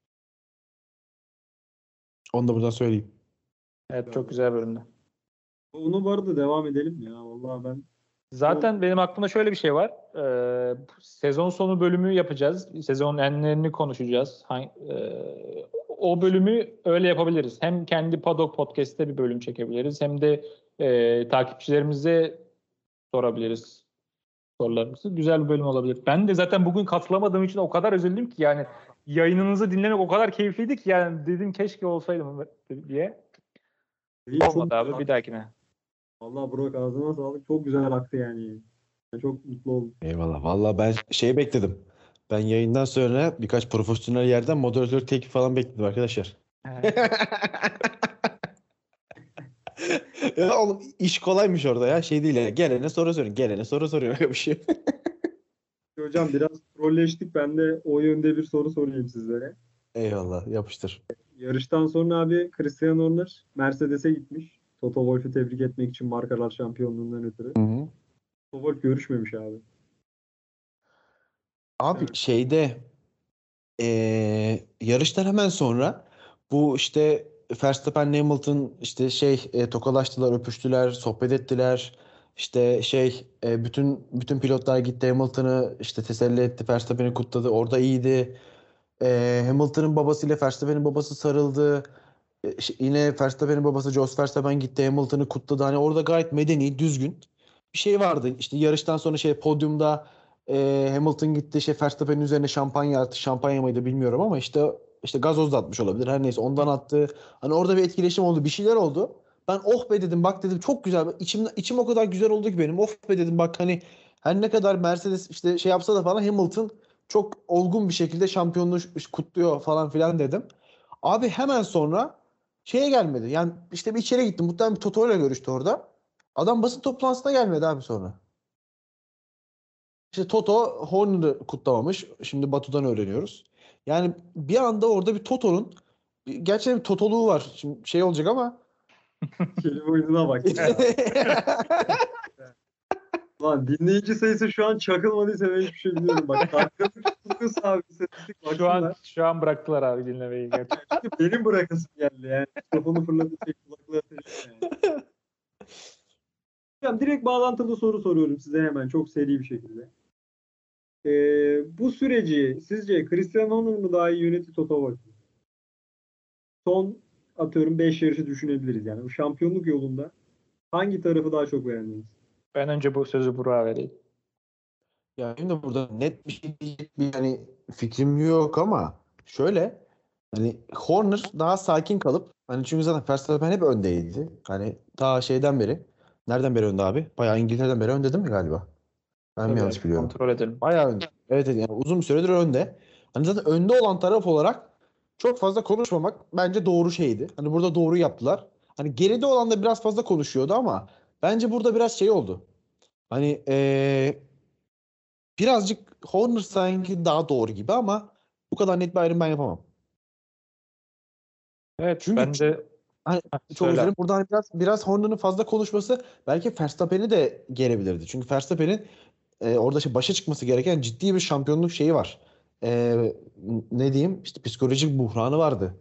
Onu da buradan söyleyeyim. Evet, çok güzel bölümdü. Onu bu arada devam edelim ya. Vallahi ben Zaten benim aklımda şöyle bir şey var. Ee, sezon sonu bölümü yapacağız. Sezonun enlerini konuşacağız. Hangi, e, o bölümü öyle yapabiliriz. Hem kendi Paddock Podcast'te bir bölüm çekebiliriz. Hem de e, takipçilerimize sorabiliriz sorularımızı. Güzel bir bölüm olabilir. Ben de zaten bugün katılamadığım için o kadar üzüldüm ki, yani yayınınızı dinlemek o kadar keyifliydi ki, yani dedim keşke olsaydım diye. iyi, çok Olmadı abi, bir dahakine. Vallahi Burak ağzına sağlık. Çok güzel aktı yani. Ben çok mutlu oldum. Eyvallah. Vallahi ben şey bekledim. Ben yayından sonra birkaç profesyonel yerden moderatör teklif falan bekledim arkadaşlar. Ya oğlum, iş kolaymış orada ya. Şey değil ya. Gelene soru soruyor. Gelene soru soruyor. Öyle bir şey. Hocam biraz trolleştik. Ben de o yönde bir soru sorayım sizlere. Eyvallah. Yapıştır. Yarıştan sonra abi Christian Horner Mercedes'e gitmiş. Toto Wolff'u tebrik etmek için markalar şampiyonluğundan ötürü. Hı hı. Toto Wolff görüşmemiş abi. Abi Evet. şeyde eee, yarıştan hemen sonra bu işte Verstappen Hamilton işte şey e, tokalaştılar, öpüştüler, sohbet ettiler. İşte şey e, bütün bütün pilotlar gitti, Hamilton'ı işte teselli etti, Verstappen'i kutladı. Orada iyiydi. E, Hamilton'ın babasıyla Verstappen'in babası sarıldı. E, ş- yine Verstappen'in babası Jos Verstappen gitti, Hamilton'ı kutladı. Hani orada gayet medeni, düzgün bir şey vardı. İşte yarıştan sonra şey podyumda e, Hamilton gitti, şey Verstappen'in üzerine şampanya attı. Şampanya mıydı bilmiyorum ama işte işte gazoz da atmış olabilir. Her neyse ondan attı. Hani orada bir etkileşim oldu, bir şeyler oldu. Ben oh be dedim, bak dedim çok güzel. İçim, içim o kadar güzel oldu ki benim. Oh be dedim, bak hani her ne kadar Mercedes işte şey yapsa da falan Hamilton çok olgun bir şekilde şampiyonluğu kutluyor falan filan dedim. Abi hemen sonra şeye gelmedi. Yani işte bir içeri gittim. Muhtemelen bir Toto ile görüştü orada. Adam basın toplantısına gelmedi abi sonra. İşte Toto Horner'ı kutlamamış. Şimdi Batu'dan öğreniyoruz. Yani bir anda orada bir Toto'nun gerçekten bir Totoluğu var. Şimdi şey olacak ama Kelime oyununa bak ya. Lan dinleyici sayısı şu an çakılmadıysa ben hiçbir şey bilmiyorum. Bak dakikalık tutkusu abi. istatistik Şu an baksana. şu an bıraktılar abi dinlemeyi gerçekten. Çünkü benim bırakasım geldi yani. Mikrofonu fırlatıp tek kulaklığı atacağım yani. Hocam direkt bağlantılı soru soruyorum size hemen çok seri bir şekilde. Ee, bu süreci sizce Christian Horner mu daha iyi yönetti Toto Wolff mu? Son atıyorum beş yarışı düşünebiliriz yani. Bu şampiyonluk yolunda hangi tarafı daha çok beğendiniz? Ben önce bu sözü Burak'a vereyim. ya benim de burada net bir şey diyecek bir hani fikrim yok ama şöyle hani Horner daha sakin kalıp hani çünkü zaten Verstappen hep öndeydi. Hani daha şeyden beri nereden beri önde abi? Bayağı İngiltere'den beri önde değil mi galiba? Ben mi Tabii yanlış abi, biliyorum? kontrol edelim. Bayağı önde. Evet, evet, yani uzun bir süredir önde. Hani zaten önde olan taraf olarak çok fazla konuşmamak bence doğru şeydi. Hani burada doğru yaptılar. Hani geride olan da biraz fazla konuşuyordu ama bence burada biraz şey oldu. Hani eee, birazcık Horner sanki daha doğru gibi ama bu kadar net bir ayrım ben yapamam. Evet, Çünkü ben de hani Heh, çok söyle. üzerine burada hani biraz biraz Horner'ın fazla konuşması belki Verstappen'i de gerebilirdi. Çünkü Verstappen'in e, orada şey başa çıkması gereken ciddi bir şampiyonluk şeyi var. E, ne diyeyim? İşte psikolojik buhranı vardı.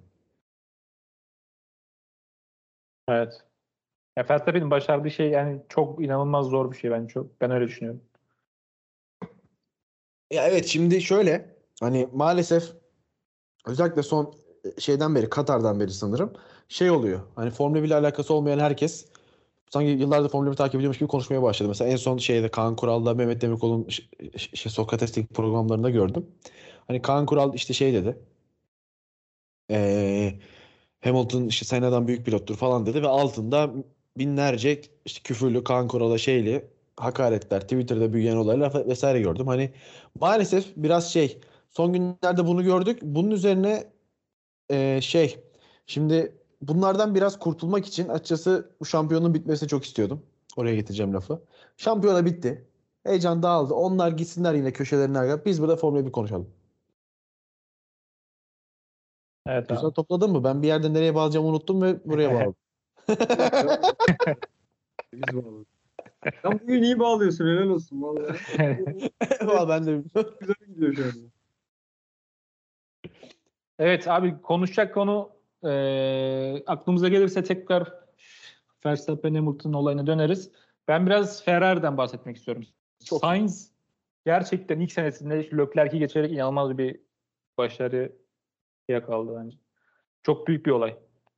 Evet. Ya Verstappen'in başardığı şey yani çok inanılmaz zor bir şey, ben çok ben öyle düşünüyorum. Ya evet, şimdi şöyle hani maalesef özellikle son e, şeyden beri, Katar'dan beri sanırım şey oluyor. Hani Formula bir ile alakası olmayan herkes sanki yıllardır Formula bir takip ediyormuş gibi konuşmaya başladı. Mesela en son şeyde Kaan Kural'la Mehmet Demirkol'un ş- ş- şey, Sokrates'teki programlarında gördüm. Hani Kaan Kural işte şey dedi. Ee, Hamilton işte Senna'dan büyük pilottur falan dedi ve altında binlerce işte küfürlü Kaan Kural'a şeyli hakaretler, Twitter'da büyüyen olaylar fe- vesaire gördüm. Hani maalesef biraz şey son günlerde bunu gördük. Bunun üzerine Ee, şey şimdi bunlardan biraz kurtulmak için açıkçası bu şampiyonun bitmesini çok istiyordum. Oraya getireceğim lafı. Şampiyona bitti. Heyecan dağıldı. Onlar gitsinler yine köşelerine kadar. Biz burada Formula bir konuşalım. Evet Güzel abi. topladın mı? Ben bir yerde nereye bağlayacağımı unuttum ve buraya bağladım. Biz bağladık. Sen bugün iyi bağlıyorsun, helal olsun vallahi. Vallahi ben de Güzel gidiyor şu an. Evet abi, konuşacak konu eee, aklımıza gelirse tekrar Verstappen Hamilton olayına döneriz. Ben biraz Ferrari'den bahsetmek istiyorum. Çok Sainz gerçekten ilk senesinde Leclerc'i geçerek inanılmaz bir başarı yakaladı bence. Çok büyük bir olay.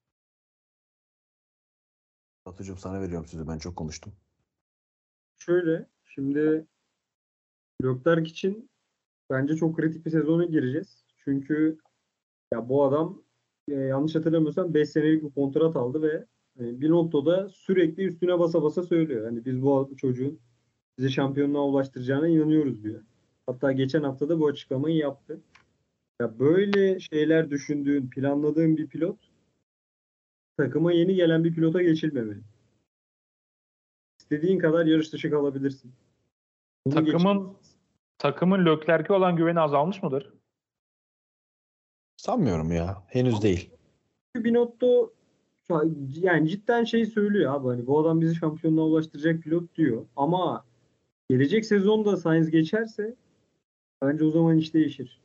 Batucuğum sana veriyorum sözü. Ben çok konuştum. Şöyle, şimdi Leclerc için bence çok kritik bir sezona gireceğiz. Çünkü ya bu adam e, yanlış hatırlamıyorsam beş senelik bir kontrat aldı ve e, bir noktada sürekli üstüne basa basa söylüyor. Hani biz bu çocuğun bizi şampiyonluğa ulaştıracağına inanıyoruz diyor. Hatta geçen hafta da bu açıklamayı yaptı. Ya böyle şeyler düşündüğün, planladığın bir pilot takıma yeni gelen bir pilota geçilmemeli. İstediğin kadar yarış dışı kalabilirsin. Bunu Takımın takımın Leclerc'e olan güveni azalmış mıdır? Sanmıyorum ya. Henüz değil. Binotto yani cidden şey söylüyor abi, hani bu adam bizi şampiyonluğa ulaştıracak pilot diyor. Ama gelecek sezonda Sainz geçerse bence o zaman iş değişir.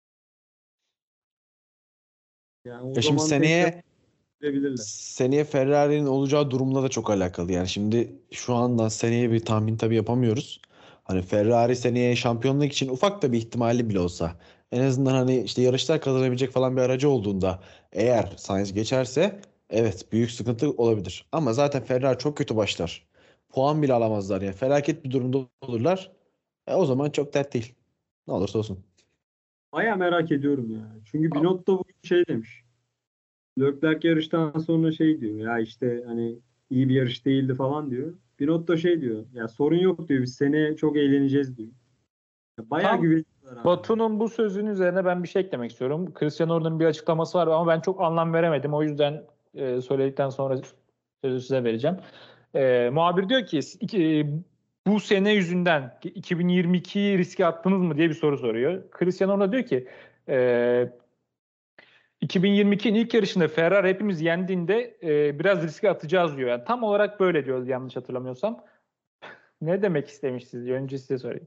Yani o Ya şimdi zaman seneye tekrar seneye Ferrari'nin olacağı durumla da çok alakalı. Yani şimdi şu andan seneye bir tahmin tabii yapamıyoruz. Hani Ferrari seneye şampiyonluk için ufak da bir ihtimali bile olsa en azından hani işte yarışlar kazanabilecek falan bir aracı olduğunda eğer Sainz geçerse evet büyük sıkıntı olabilir. Ama zaten Ferrari çok kötü başlar. Puan bile alamazlar yani. Felaket bir durumda olurlar. E, o zaman çok dert değil. Ne olursa olsun. Baya merak ediyorum ya. Çünkü Binotto bugün şey demiş. Leclerc yarıştan sonra şey diyor. Ya işte hani iyi bir yarış değildi falan diyor. Binotto şey diyor. Ya sorun yok diyor. Biz seneye çok eğleneceğiz diyor. Ya bayağı Tam güveniyorlar abi. Batu'nun bu sözünün üzerine ben bir şey eklemek istiyorum. Cristiano Ronaldo'nun bir açıklaması var ama ben çok anlam veremedim. O yüzden e, söyledikten sonra sözü size vereceğim. E, muhabir diyor ki iki- bu sene yüzünden iki bin yirmi ikiyi riske attınız mı diye bir soru soruyor. Cristiano Ronaldo diyor ki e, iki bin yirmi ikinin ilk yarışında Ferrari hepimiz yendiğinde e, biraz riske atacağız diyor. Yani tam olarak böyle diyor yanlış hatırlamıyorsam. Ne demek istemişsiniz diyor. Önce size sorayım.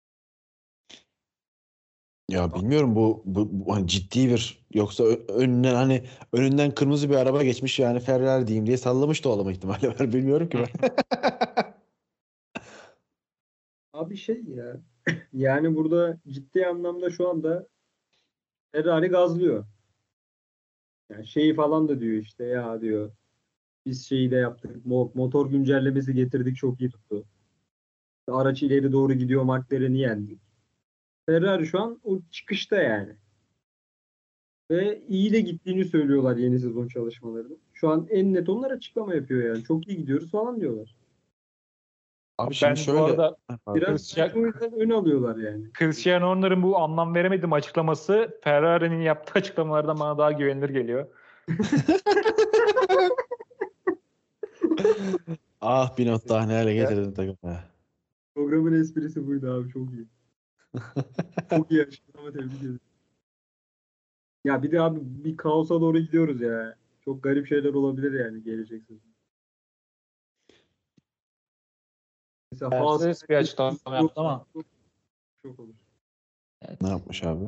Ya bilmiyorum bu, bu, bu hani ciddi bir yoksa ö- önünden hani önünden kırmızı bir araba geçmiş yani Ferrari diyeyim diye sallamış da olama ihtimali var. Bilmiyorum ki ben. Abi şey ya. Yani burada ciddi anlamda şu anda Ferrari gazlıyor. Yani şeyi falan da diyor işte ya diyor. Biz şeyi de yaptık. mo- Motor güncellemesi getirdik, çok iyi tuttu. Araç ileri doğru gidiyor. McLaren'i yendik. Ferrari şu an o çıkışta yani. Ve iyi de gittiğini söylüyorlar yeni sezon çalışmalarını. Şu an en net onlar açıklama yapıyor yani. Çok iyi gidiyoruz falan diyorlar. Abi şimdi Ben bu şöyle arada Biraz Cristiano- o yüzden ön alıyorlar yani. Cristiano Ronaldo'nun bu anlam veremedim açıklaması Ferrari'nin yaptığı açıklamalardan bana daha güvenilir geliyor. ah bir not daha ne hale getirdin takımı. Programın esprisi buydu abi, çok iyi. Çok iyi açıklama, tebrik ederim. Ya bir de abi bir kaosa doğru gidiyoruz ya. Çok garip şeyler olabilir yani gelecek sezon. Mesela Haas Mercedes bir açıklama yaptı ama çok, çok olur. Ne yapmış abi?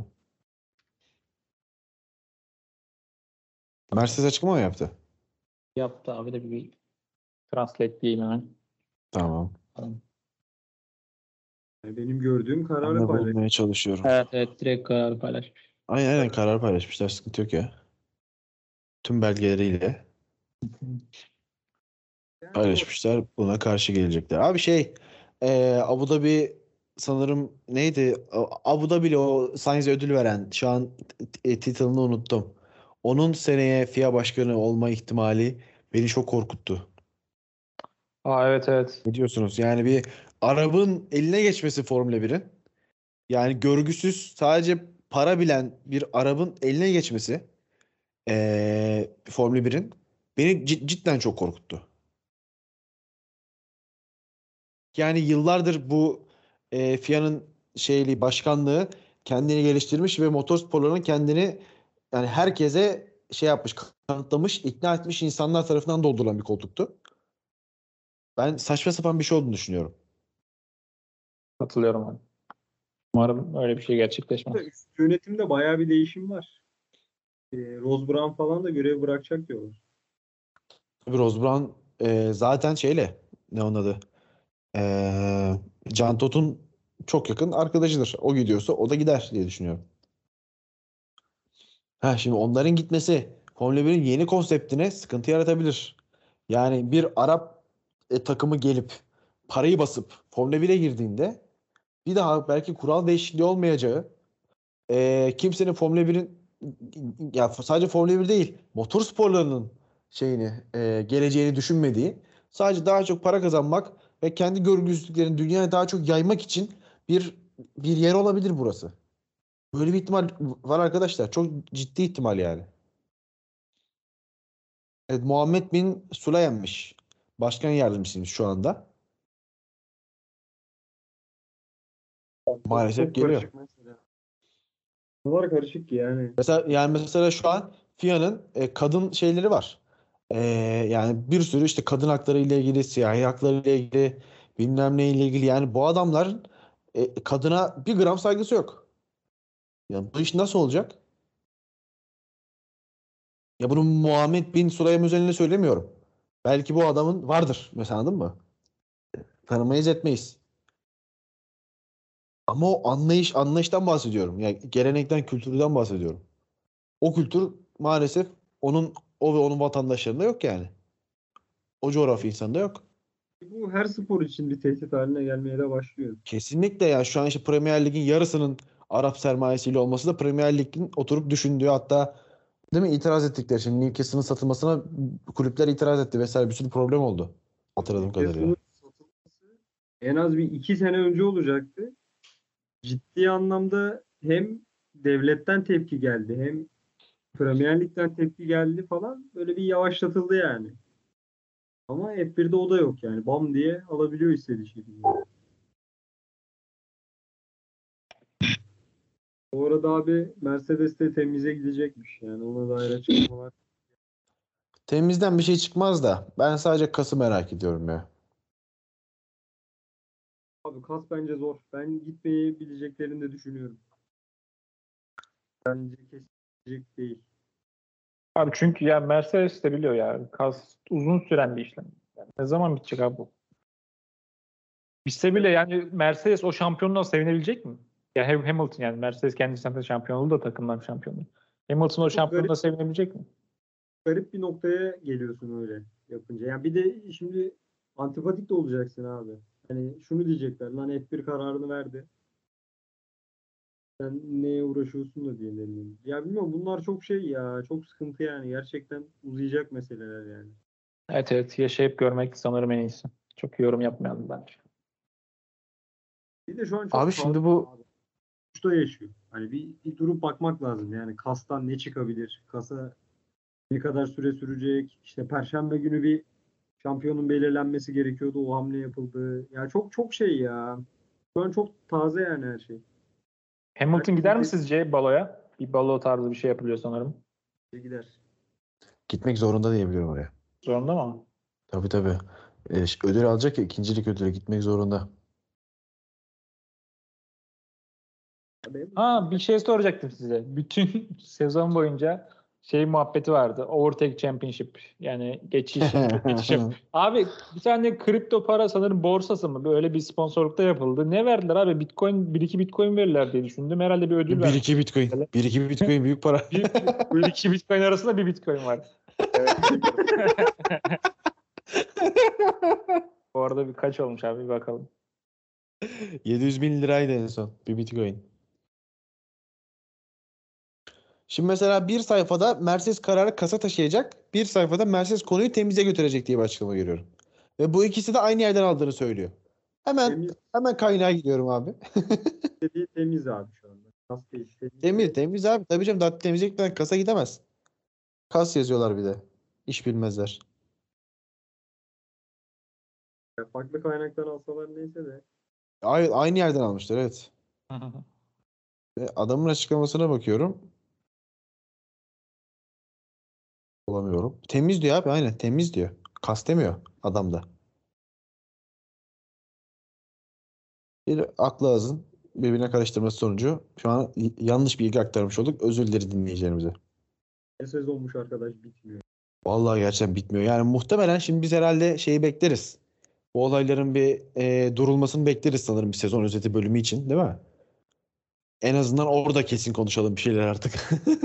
Mercedes açıklama mı yaptı? yaptı abi de bir translate diyeyim hemen. Tamam. Tamam. Yani benim gördüğüm Ben kararı de paylaş. bulmaya çalışıyorum. Evet evet direkt karar paylaşmış. Aynen aynen karar paylaşmışlar. Sıkıntı yok ya. Tüm belgeleriyle Yani o- paylaşmışlar. Buna karşı gelecekler. Abi şey e, Abu Dhabi sanırım neydi? A- Abu Dhabi'li o Sainz ödül veren şu an t- title'ını unuttum. Onun seneye F I A başkanı olma ihtimali beni çok korkuttu. Aa evet evet. Ne diyorsunuz? Yani bir Arap'ın eline geçmesi Formula birin. Yani görgüsüz sadece para bilen bir Arap'ın eline geçmesi. Ee, Formula birin. Beni cid- cidden çok korkuttu. Yani yıllardır bu e, F I A'nın şeyli başkanlığı kendini geliştirmiş ve motorsporlarının kendini yani herkese şey yapmış, kanıtlamış, ikna etmiş insanlar tarafından doldurulan bir koltuktu. Ben saçma sapan bir şey olduğunu düşünüyorum. Katılıyorum abi. Umarım öyle bir şey gerçekleşmez. Üst yönetimde bayağı bir değişim var. E, Ross Brown falan da görev bırakacak diyorlar. Tabii Rose Brown e, zaten şeyle ne onun adı? E, Can Tot'un çok yakın arkadaşıdır. O gidiyorsa o da gider diye düşünüyorum. Ha, şimdi onların gitmesi Formula birin yeni konseptine sıkıntı yaratabilir. Yani bir Arap e, takımı gelip parayı basıp Formula bire girdiğinde bir daha belki kural değişikliği olmayacağı, e, kimsenin Formula birin ya sadece Formula bir değil, motor sporlarının şeyini e, geleceğini düşünmediği, sadece daha çok para kazanmak ve kendi görgüsüzlüklerini dünyaya daha çok yaymak için bir bir yer olabilir burası. Böyle bir ihtimal var arkadaşlar. Çok ciddi ihtimal yani. Evet, Muhammed bin Sulaym'miş. Başkan yardımcısıymış şu anda. Çok, Maalesef çok geliyor. karışık mesela. Bunlar karışık ki yani. Mesela yani mesela şu an F I A'nın e, kadın şeyleri var. E, yani bir sürü işte kadın hakları ile ilgili, siyahi hakları ile ilgili, bilmem ne ile ilgili. Yani bu adamların e, kadına bir gram saygısı yok. Ya bu iş nasıl olacak? Ya bunu Muhammed bin Sulaym özelinde söylemiyorum. Belki bu adamın vardır. Mesela anladın mı? Tanımayız etmeyiz. Ama o anlayış anlayıştan bahsediyorum. Yani gelenekten, kültürden bahsediyorum. O kültür maalesef onun o ve onun vatandaşlarında yok yani. O coğrafya insanda yok. Bu her spor için bir tehdit haline gelmeye de başlıyor. Kesinlikle ya şu an işte Premier Lig'in yarısının Arap sermayesiyle olması da Premier Lig'in oturup düşündüğü, hatta değil mi, itiraz ettikleri için Newcastle'ın satılmasına kulüpler itiraz etti vesaire, bir sürü problem oldu hatırladığım Newcastle'ın kadarıyla. satılması en az bir iki sene önce olacaktı. Ciddi anlamda hem devletten tepki geldi hem Premier Lig'den tepki geldi falan. Böyle bir yavaşlatıldı yani. Ama F birde o da yok yani. Bam diye alabiliyor istediği şekilde. Bu arada abi Mercedes de temize gidecekmiş. Yani ona dair açıklamalar. Temizden bir şey çıkmaz da ben sadece Kas'ı merak ediyorum ya. Abi kas bence zor. Ben gitmeyi bileceklerini de düşünüyorum. Bence kesinlikle değil. Abi çünkü ya Mercedes de biliyor ya. Kas uzun süren bir işlem. Yani ne zaman bitecek abi bu? Bitse bile yani Mercedes o şampiyonluğa sevinebilecek mi? Ya Ham- Hamilton yani Mercedes kendisinden şampiyon oldu da takımdan şampiyonluğu. Hamilton o Çok garip, şampiyonluğa sevinebilecek mi? garip bir noktaya geliyorsun öyle yapınca. Yani bir de şimdi antipatik de olacaksın abi. Hani şunu diyecekler. Lan F bir kararını verdi. Sen neye uğraşıyorsun da diye deniyor. Ya bilmiyorum, bunlar çok şey ya. Çok sıkıntı yani. Gerçekten uzayacak meseleler yani. Evet evet yaşayıp görmek sanırım en iyisi. Çok iyi yorum yapmayalım bence. Bir de şu an Abi çok şimdi sağlıklı bu abi. Uçta yaşıyor. Hani bir, bir durup bakmak lazım. Yani kastan ne çıkabilir? Kasa ne kadar süre sürecek? İşte Perşembe günü bir şampiyonun belirlenmesi gerekiyordu. O hamle yapıldı. Ya çok çok şey ya. Şu an çok taze yani her şey. Hamilton Herkes gider mi izlediği sizce baloya? Bir balo tarzı bir şey yapılıyor sanırım. gider. gitmek zorunda diye biliyorum oraya. Zorunda mı? Tabii tabii. E, ş- ödül alacak ya, ikincilik ödülü gitmek zorunda. Abi, Ha bir şey soracaktım size. Bütün sezon boyunca şey muhabbeti vardı. Overtake Championship. Yani geçiş, geçiş yap. Abi bir tane kripto para sanırım borsası mı? Böyle bir sponsorlukta yapıldı. Ne verdiler abi? Bitcoin, bir iki Bitcoin verirler diye düşündüm. Herhalde bir ödül Bir vermiş. iki Bitcoin. Bir iki Bitcoin büyük para. Bir, bir iki Bitcoin arasında bir Bitcoin var. Evet. Bu arada bir kaç olmuş abi bir bakalım. yedi yüz bin liraydı en son bir Bitcoin. Şimdi mesela bir sayfada Mercedes kararı kasa taşıyacak, bir sayfada Mercedes konuyu temize götürecek diye bir açıklama görüyorum. Ve bu ikisi de aynı yerden aldığını söylüyor. Hemen Temiz hemen kaynağa gidiyorum abi. dediği temiz abi şu anda. Kas değil. Temiz Temiz ve temiz abi. Tabii canım, daha temizlikten kasa gidemez. Kas yazıyorlar bir de. İş bilmezler. Ya farklı kaynaktan alsalar neyse de. Ay- Aynı yerden almışlar, evet. Ve adamın açıklamasına bakıyorum. Bulamıyorum. Temiz diyor abi, aynen temiz diyor. Kas demiyor adam da. Bir aklı ağzın birbirine karıştırması sonucu şu an y- yanlış bilgi aktarmış olduk. Özür dileriz dinleyicilerimize. Ne sezonmuş arkadaş bitmiyor. Vallahi gerçekten bitmiyor. Yani muhtemelen şimdi biz herhalde şeyi bekleriz. Bu olayların bir e, durulmasını bekleriz sanırım bir sezon özeti bölümü için, değil mi? En azından orada kesin konuşalım bir şeyler artık.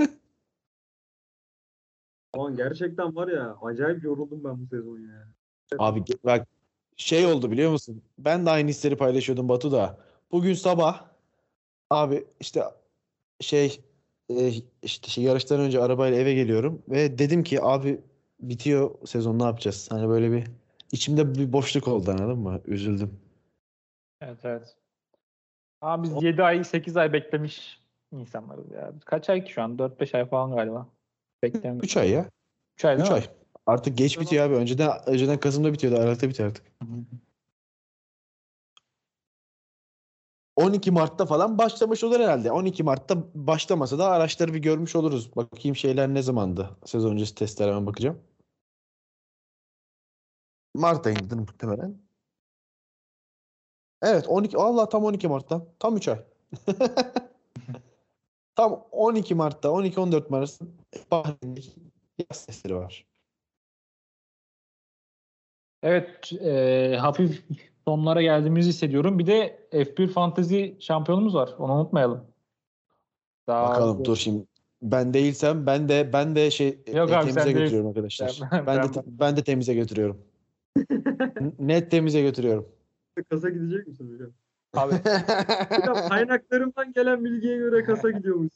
Ulan gerçekten var ya acayip yoruldum ben bu sezon ya. Abi ge- bak şey oldu biliyor musun? Ben de aynı hisleri paylaşıyordum Batu da. Bugün sabah abi işte şey e, işte şey, yarıştan önce arabayla eve geliyorum ve dedim ki abi bitiyor sezon, ne yapacağız? Hani böyle bir içimde bir boşluk oldu, anladın mı? Üzüldüm. Evet, evet. Ama biz yedi ay sekiz ay beklemiş insanlarız ya. Kaç ay ki şu an? dört beş ay falan galiba. Beklemiş. üç ay ya. üç ay değil üç mi? ay. Artık geç bitiyor abi. Önceden önceden Kasım'da bitiyordu. Aralık'ta bitiyor artık. on iki Mart'ta falan başlamış olur herhalde. on iki Mart'ta başlamasa da araçları bir görmüş oluruz. Bakayım şeyler ne zamandı? Sezon öncesi testler, hemen bakacağım. Mart ayındadır muhtemelen. Evet on iki, Allah tam on iki Mart'ta. Tam üç ay. Tam on iki Mart'ta on iki on dört Mart Bahreyn'de yaz testleri var. Evet, e, hafif sonlara geldiğimizi hissediyorum. Bir de F bir Fantasy şampiyonumuz var. Onu unutmayalım. Daha Bakalım dur şimdi. Ben değilsem ben de ben de şey Yok e, abi, temize sen götürüyorum değilsin. arkadaşlar. Ben- Ben de ben- ben de temize götürüyorum. N- Net temize götürüyorum. Kasa gidecek misin hocam? Abi Hocam kaynaklarımdan gelen bilgiye göre kasa gidiyormuş.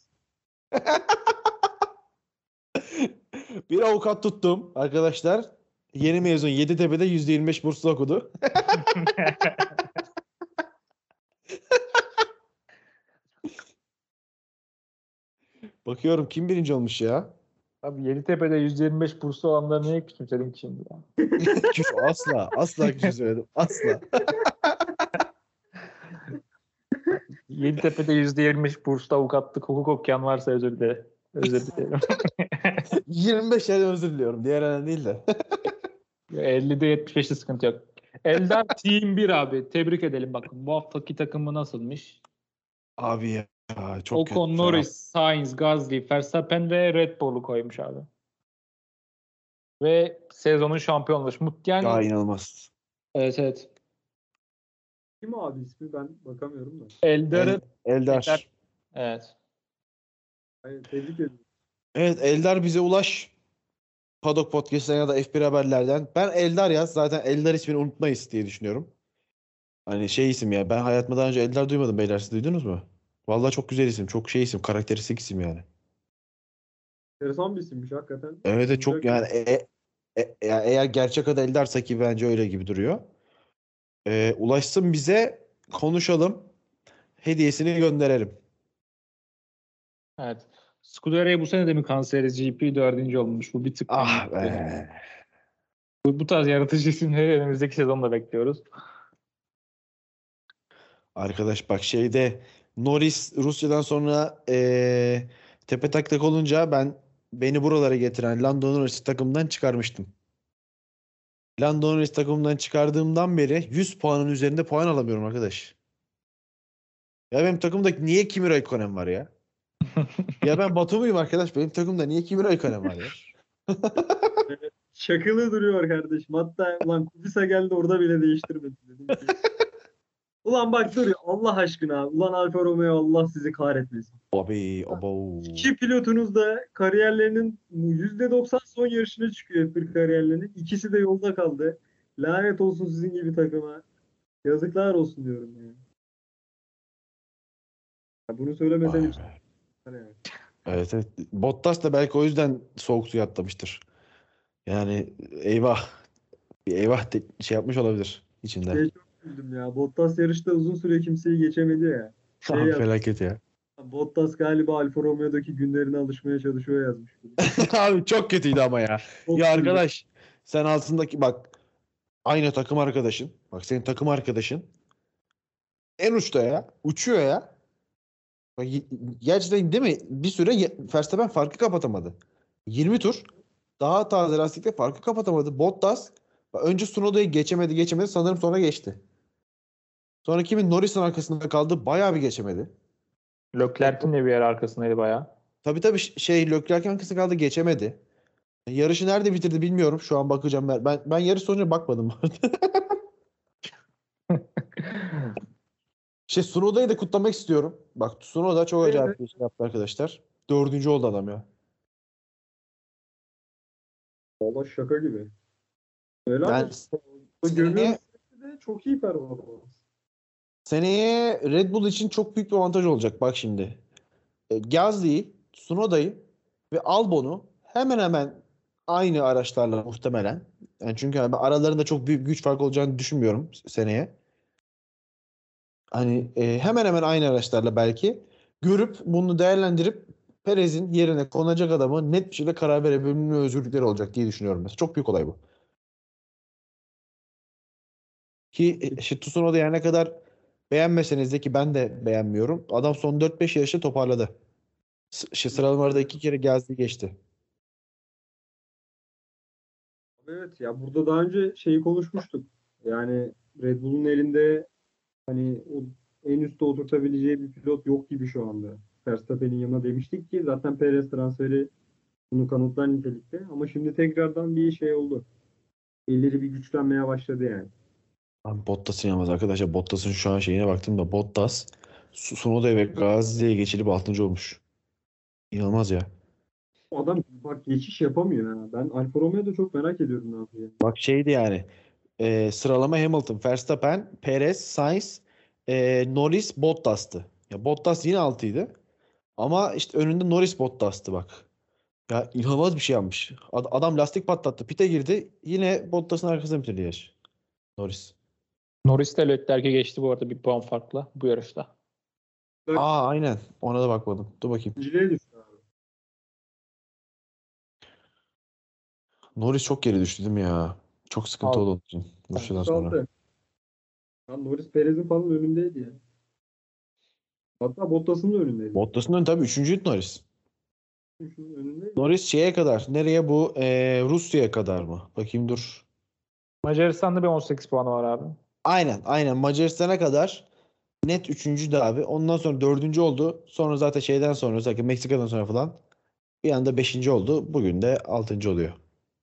Bir avukat tuttum arkadaşlar. Yeni mezun Yeditepe'de yüzde yirmi beş burslu okudu. Bakıyorum kim birinci olmuş ya? abi Yeditepe'de yüz yirmi beş burslu olanları niye küçümsedim ki şimdi ya? Küçük asla. Asla küçümsemedim. Asla. Yeditepe'de yüzde yirmi beş burslu avukatlık, hukuk okuyan varsa özür dilerim. Özür dilerim. yirmi beş yerden özür diliyorum. Diğer yerden değil de. ellide yetmiş beşte sıkıntı yok. Eldar Team bir abi. Tebrik edelim bakın. Bu haftaki takımı nasılmış? Abi ya çok Ocon, kötü. Norris, Sainz, Gasly, Verstappen ve Red Bull'u koymuş abi. Ve sezonun şampiyonluğu. Mutlu Ya inanılmaz. Evet, evet. Kim abi ismi ben bakamıyorum da. Eldar'ı El, Eldar. Eldar- Evet. Hayır, tebrik ediyorum. Evet Eldar bize ulaş. Paddock Podcast'ten ya da F bir haberlerden. Ben Eldar yaz. Zaten Eldar ismini unutmayız diye düşünüyorum. Hani şey isim ya. Ben hayatımda daha önce Eldar duymadım beyler. Siz duydunuz mu? Vallahi çok güzel isim. Çok şey isim. Karakteristik isim yani. Enteresan bir isimmiş hakikaten. Evet de çok Olacak yani e- e- e- eğer gerçek adı Eldar'sa ki bence öyle gibi duruyor. Ee, ulaşsın bize, konuşalım. Hediyesini gönderelim. Evet. Scuderia bu sene de mi kanseri G P dördüncü olmuş? Bu bir tık. Ah be. Bu, bu tarz yaratıcı isimleri önümüzdeki sezonda bekliyoruz. Arkadaş bak şeyde Norris Rusya'dan sonra ee, tepe taklak olunca ben beni buralara getiren Lando Norris takımdan çıkarmıştım. Lando Norris takımdan çıkardığımdan beri yüz puanın üzerinde puan alamıyorum arkadaş. Ya benim takımda niye Kimi Räikkönen var ya? Ya ben Batu muyum arkadaş? Benim takımda niye Kimi Räikkönen var ya? Şakılı duruyor kardeşim. Hatta ulan Kubica geldi orada bile değiştirmedi. Dedim ki, ulan bak dur ya Allah aşkına. Ulan Alfa Romeo Allah sizi kahretmesin. Abi abo. İki pilotunuz da kariyerlerinin yüzde doksan son yarışına çıkıyor F bir kariyerlerinin. İkisi de yolda kaldı. Lanet olsun sizin gibi takıma. Yazıklar olsun diyorum ya. Ya bunu söylemesem Vay hiç. be. Yani. Evet evet. Bottas da belki o yüzden soğuk suya atlamıştır. Yani eyvah. Bir eyvah de- şey yapmış olabilir içinden. Şey çok üzüldüm ya. Bottas yarışta uzun süre kimseyi geçemedi ya. Şey Abi yaptı. felaket ya. Bottas galiba Alfa Romeo'daki günlerine alışmaya çalışıyor yazmış. Abi çok kötüydü ama ya. Çok Ya iyi. arkadaş sen altındaki bak aynı takım arkadaşın. Bak senin takım arkadaşın en uçta ya. Uçuyor ya. Bak, y- gerçekten değil mi? Bir süre ye- Verstappen farkı kapatamadı. yirmi tur daha taze lastikle farkı kapatamadı. Bottas bak, önce Tsunoda'yı geçemedi geçemedi sanırım sonra geçti. Sonra kimin Norris'in arkasında kaldı bayağı bir geçemedi. Leclerc'in de bir yer arkasındaydı bayağı. Tabii tabii ş- şey Leclerc'in arkasında kaldı geçemedi. Yarışı nerede bitirdi bilmiyorum. Şu an bakacağım ben. Ben, ben yarış sonucuna bakmadım bu arada. Şey Tsunoda'yı da kutlamak istiyorum. Bak Tsunoda çok Evet. acayip bir şey yaptı arkadaşlar. Dördüncü oldu adam ya. Valla şaka gibi. Öyle Ben ama seneye, görüyoruz de çok iyi performans. seneye Red Bull için çok büyük bir avantaj olacak. Bak şimdi. E, Gasly'yi, Tsunoda'yı ve Albon'u hemen hemen aynı araçlarla muhtemelen. Yani çünkü ben aralarında çok büyük güç farkı olacağını düşünmüyorum seneye. Hani e, hemen hemen aynı araçlarla belki görüp bunu değerlendirip Perez'in yerine konacak adamı net bir şekilde karar verebilme özgürlükleri olacak diye düşünüyorum mesela. Çok büyük olay bu. Ki e, işte Tsunoda yani ne kadar beğenmeseniz de ki ben de beğenmiyorum. Adam son dört beş yarışta toparladı. S- Şey, sıralamalarda iki kere Gasly geçti. Evet ya burada daha önce şeyi konuşmuştuk. Yani Red Bull'un elinde hani o en üstte oturtabileceği bir pilot yok gibi şu anda. Verstappen'in yanına demiştik ki zaten Perez transferi bunu kanıtlar nitelikte. Ama şimdi tekrardan bir şey oldu. Elleri bir güçlenmeye başladı yani. Abi Bottas'ın yalnız arkadaşlar Bottas'ın şu an şeyine baktığımda Bottas Su- Tsunoda'ya ve Gasly'ye geçilip altıncı olmuş. İnanılmaz ya. Adam bak geçiş yapamıyor ha. Ben Alfa Romeo'da çok merak ediyorum ne yapıyor. Bak şeydi yani e, sıralama Hamilton, Verstappen, Perez, Sainz, e, Norris, Bottas'tı. Ya Bottas yine altıydı. Ama işte önünde Norris Bottas'tı bak. Ya inanılmaz bir şey yapmış. Ad- adam lastik patlattı. Pite girdi. Yine Bottas'ın arkasında bitirdi yarış. Norris. Norris de Leclerc'e geçti bu arada bir puan farkla bu yarışta. Aa aynen. Ona da bakmadım. Dur bakayım. İkinciliğe düştü abi. Norris çok geri düştü değil mi ya? Çok sıkıntı Al. oldu onun için. Bu şeyden sonra. Kaldı. Ya Norris Perez'in falan önündeydi ya. Hatta Bottas'ın da önündeydi. Bottas'ın önü tabii üçüncüydü Norris. Şunun önündeydi. Norris şeye kadar. Nereye bu? Ee, Rusya'ya kadar mı? Bakayım dur. Macaristan'da bir on sekiz puanı var abi. Aynen aynen. Macaristan'a kadar net üçüncüydü abi. Ondan sonra dördüncü oldu. Sonra zaten şeyden sonra özellikle Meksika'dan sonra falan bir anda beşinci oldu. Bugün de altıncı oluyor.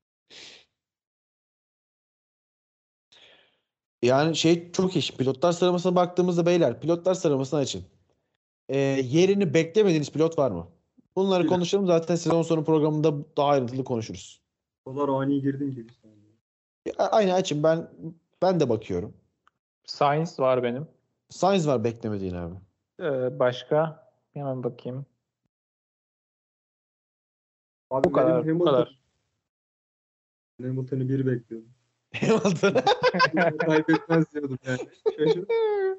Yani şey çok iyi. Pilotlar sıralamasına baktığımızda beyler pilotlar sıralamasını açın. Ee, yerini beklemediğiniz pilot var mı? Bunları Bir. konuşalım. Zaten sezon sonu programında daha ayrıntılı konuşuruz. O kadar ani girdin ki bir saniye. A- Aynı açın. Ben ben de bakıyorum. Sainz var benim. Sainz var beklemediğin abi. Ee, başka? Hemen bakayım. Abi Bu kadar, benim bu Hamilton, kadar. Hamilton'ı bir bekliyordum. Hamilton. Kaybetmez diyordum yani. Şaşırdım.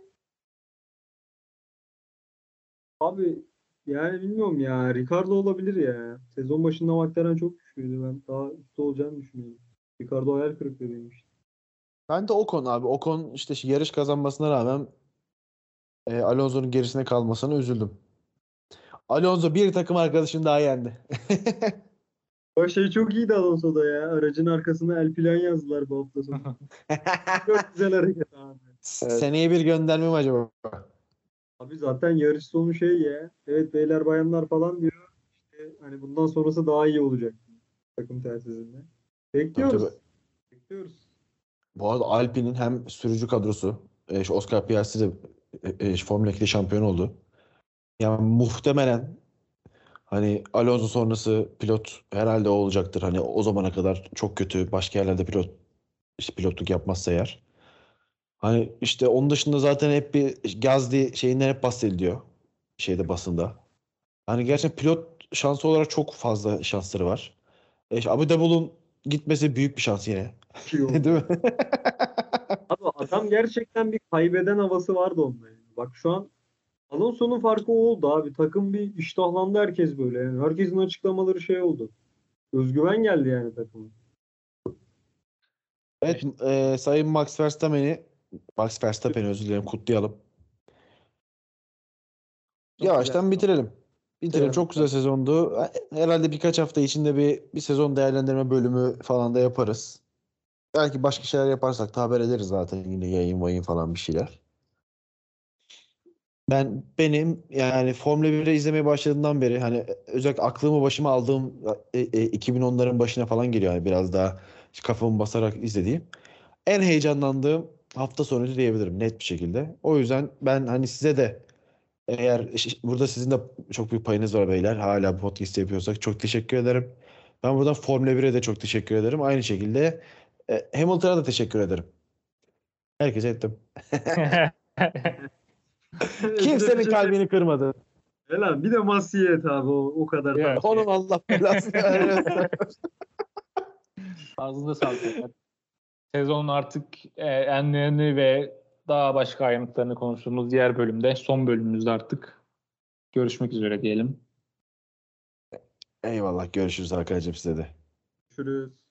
Abi yani bilmiyorum ya. Ricardo olabilir ya. Sezon başında McLaren çok güçlüydü. Ben daha üstte olacağını düşünüyorum. Ricardo hayal kırıklığı demiş. Ben de Ocon abi. Ocon işte şu yarış kazanmasına rağmen e, Alonso'nun gerisine kalmasına üzüldüm. Alonso bir takım arkadaşını daha yendi. O şey çok iyiydi Alonso'da ya. Aracın arkasına el plan yazdılar bu hafta sonu. Çok güzel hareket abi. Evet. Seneye bir gönderme mi acaba? Abi zaten yarış sonu şey ya. Evet beyler bayanlar falan diyor. İşte hani bundan sonrası daha iyi olacak. Takım telsizinde. Bekliyoruz. Tabii, tabii. Bekliyoruz. Bu arada Alpine'in hem sürücü kadrosu e, şu Oscar Piastri de e, e, Formula ikide şampiyon oldu. Yani muhtemelen hani Alonso sonrası pilot herhalde o olacaktır. Hani o zamana kadar çok kötü başka yerlerde pilot işte pilotluk yapmazsa eğer. Hani işte onun dışında zaten hep bir Gazli şeyinden hep bahsediliyor. Şeyde basında. Hani gerçekten pilot şansı olarak çok fazla şansları var. E, işte Abu Dhabi'nin gitmesi büyük bir şans yine. İyi oldu. Değil mi? Abi adam gerçekten bir kaybeden havası vardı onda. Yani. Bak şu an Alonso'nun farkı o oldu abi. Takım bir iştahlandı herkes böyle. Yani herkesin açıklamaları şey oldu. Özgüven geldi yani takıma. Evet, e, Sayın Max Verstappen'i Max Verstappen'i özür dilerim kutlayalım. Yavaştan bitirelim. Bitirelim. Evet. Çok güzel sezondu. Herhalde birkaç hafta içinde bir bir sezon değerlendirme bölümü falan da yaparız. Belki başka şeyler yaparsak da haber ederiz zaten yine yayın vayın falan bir şeyler. Ben benim yani Formula biri izlemeye başladığımdan beri hani özellikle aklımı başıma aldığım e, e, iki bin onların başına falan geliyor yani biraz daha kafamı basarak izlediğim. En heyecanlandığım hafta sonuydu diyebilirim net bir şekilde. O yüzden ben hani size de eğer ş- burada sizin de çok büyük payınız var beyler. Hala bu podcast yapıyorsak çok teşekkür ederim. Ben buradan Formula bire de çok teşekkür ederim. Aynı şekilde e, Hamilton'a da teşekkür ederim. Herkese ettim. Kimsenin kalbini kırmadı. Helal. Bir de Massi'ye et abi o, o kadar Ya. da. Onun Allah belasını vermesin. Ağzınıza sağlık. Sezonun artık e, enlerini ve daha başka ayrıntılarını konuştuğumuz diğer bölümde, son bölümümüzde artık görüşmek üzere diyelim. Eyvallah görüşürüz arkadaşlar size de. Görüşürüz.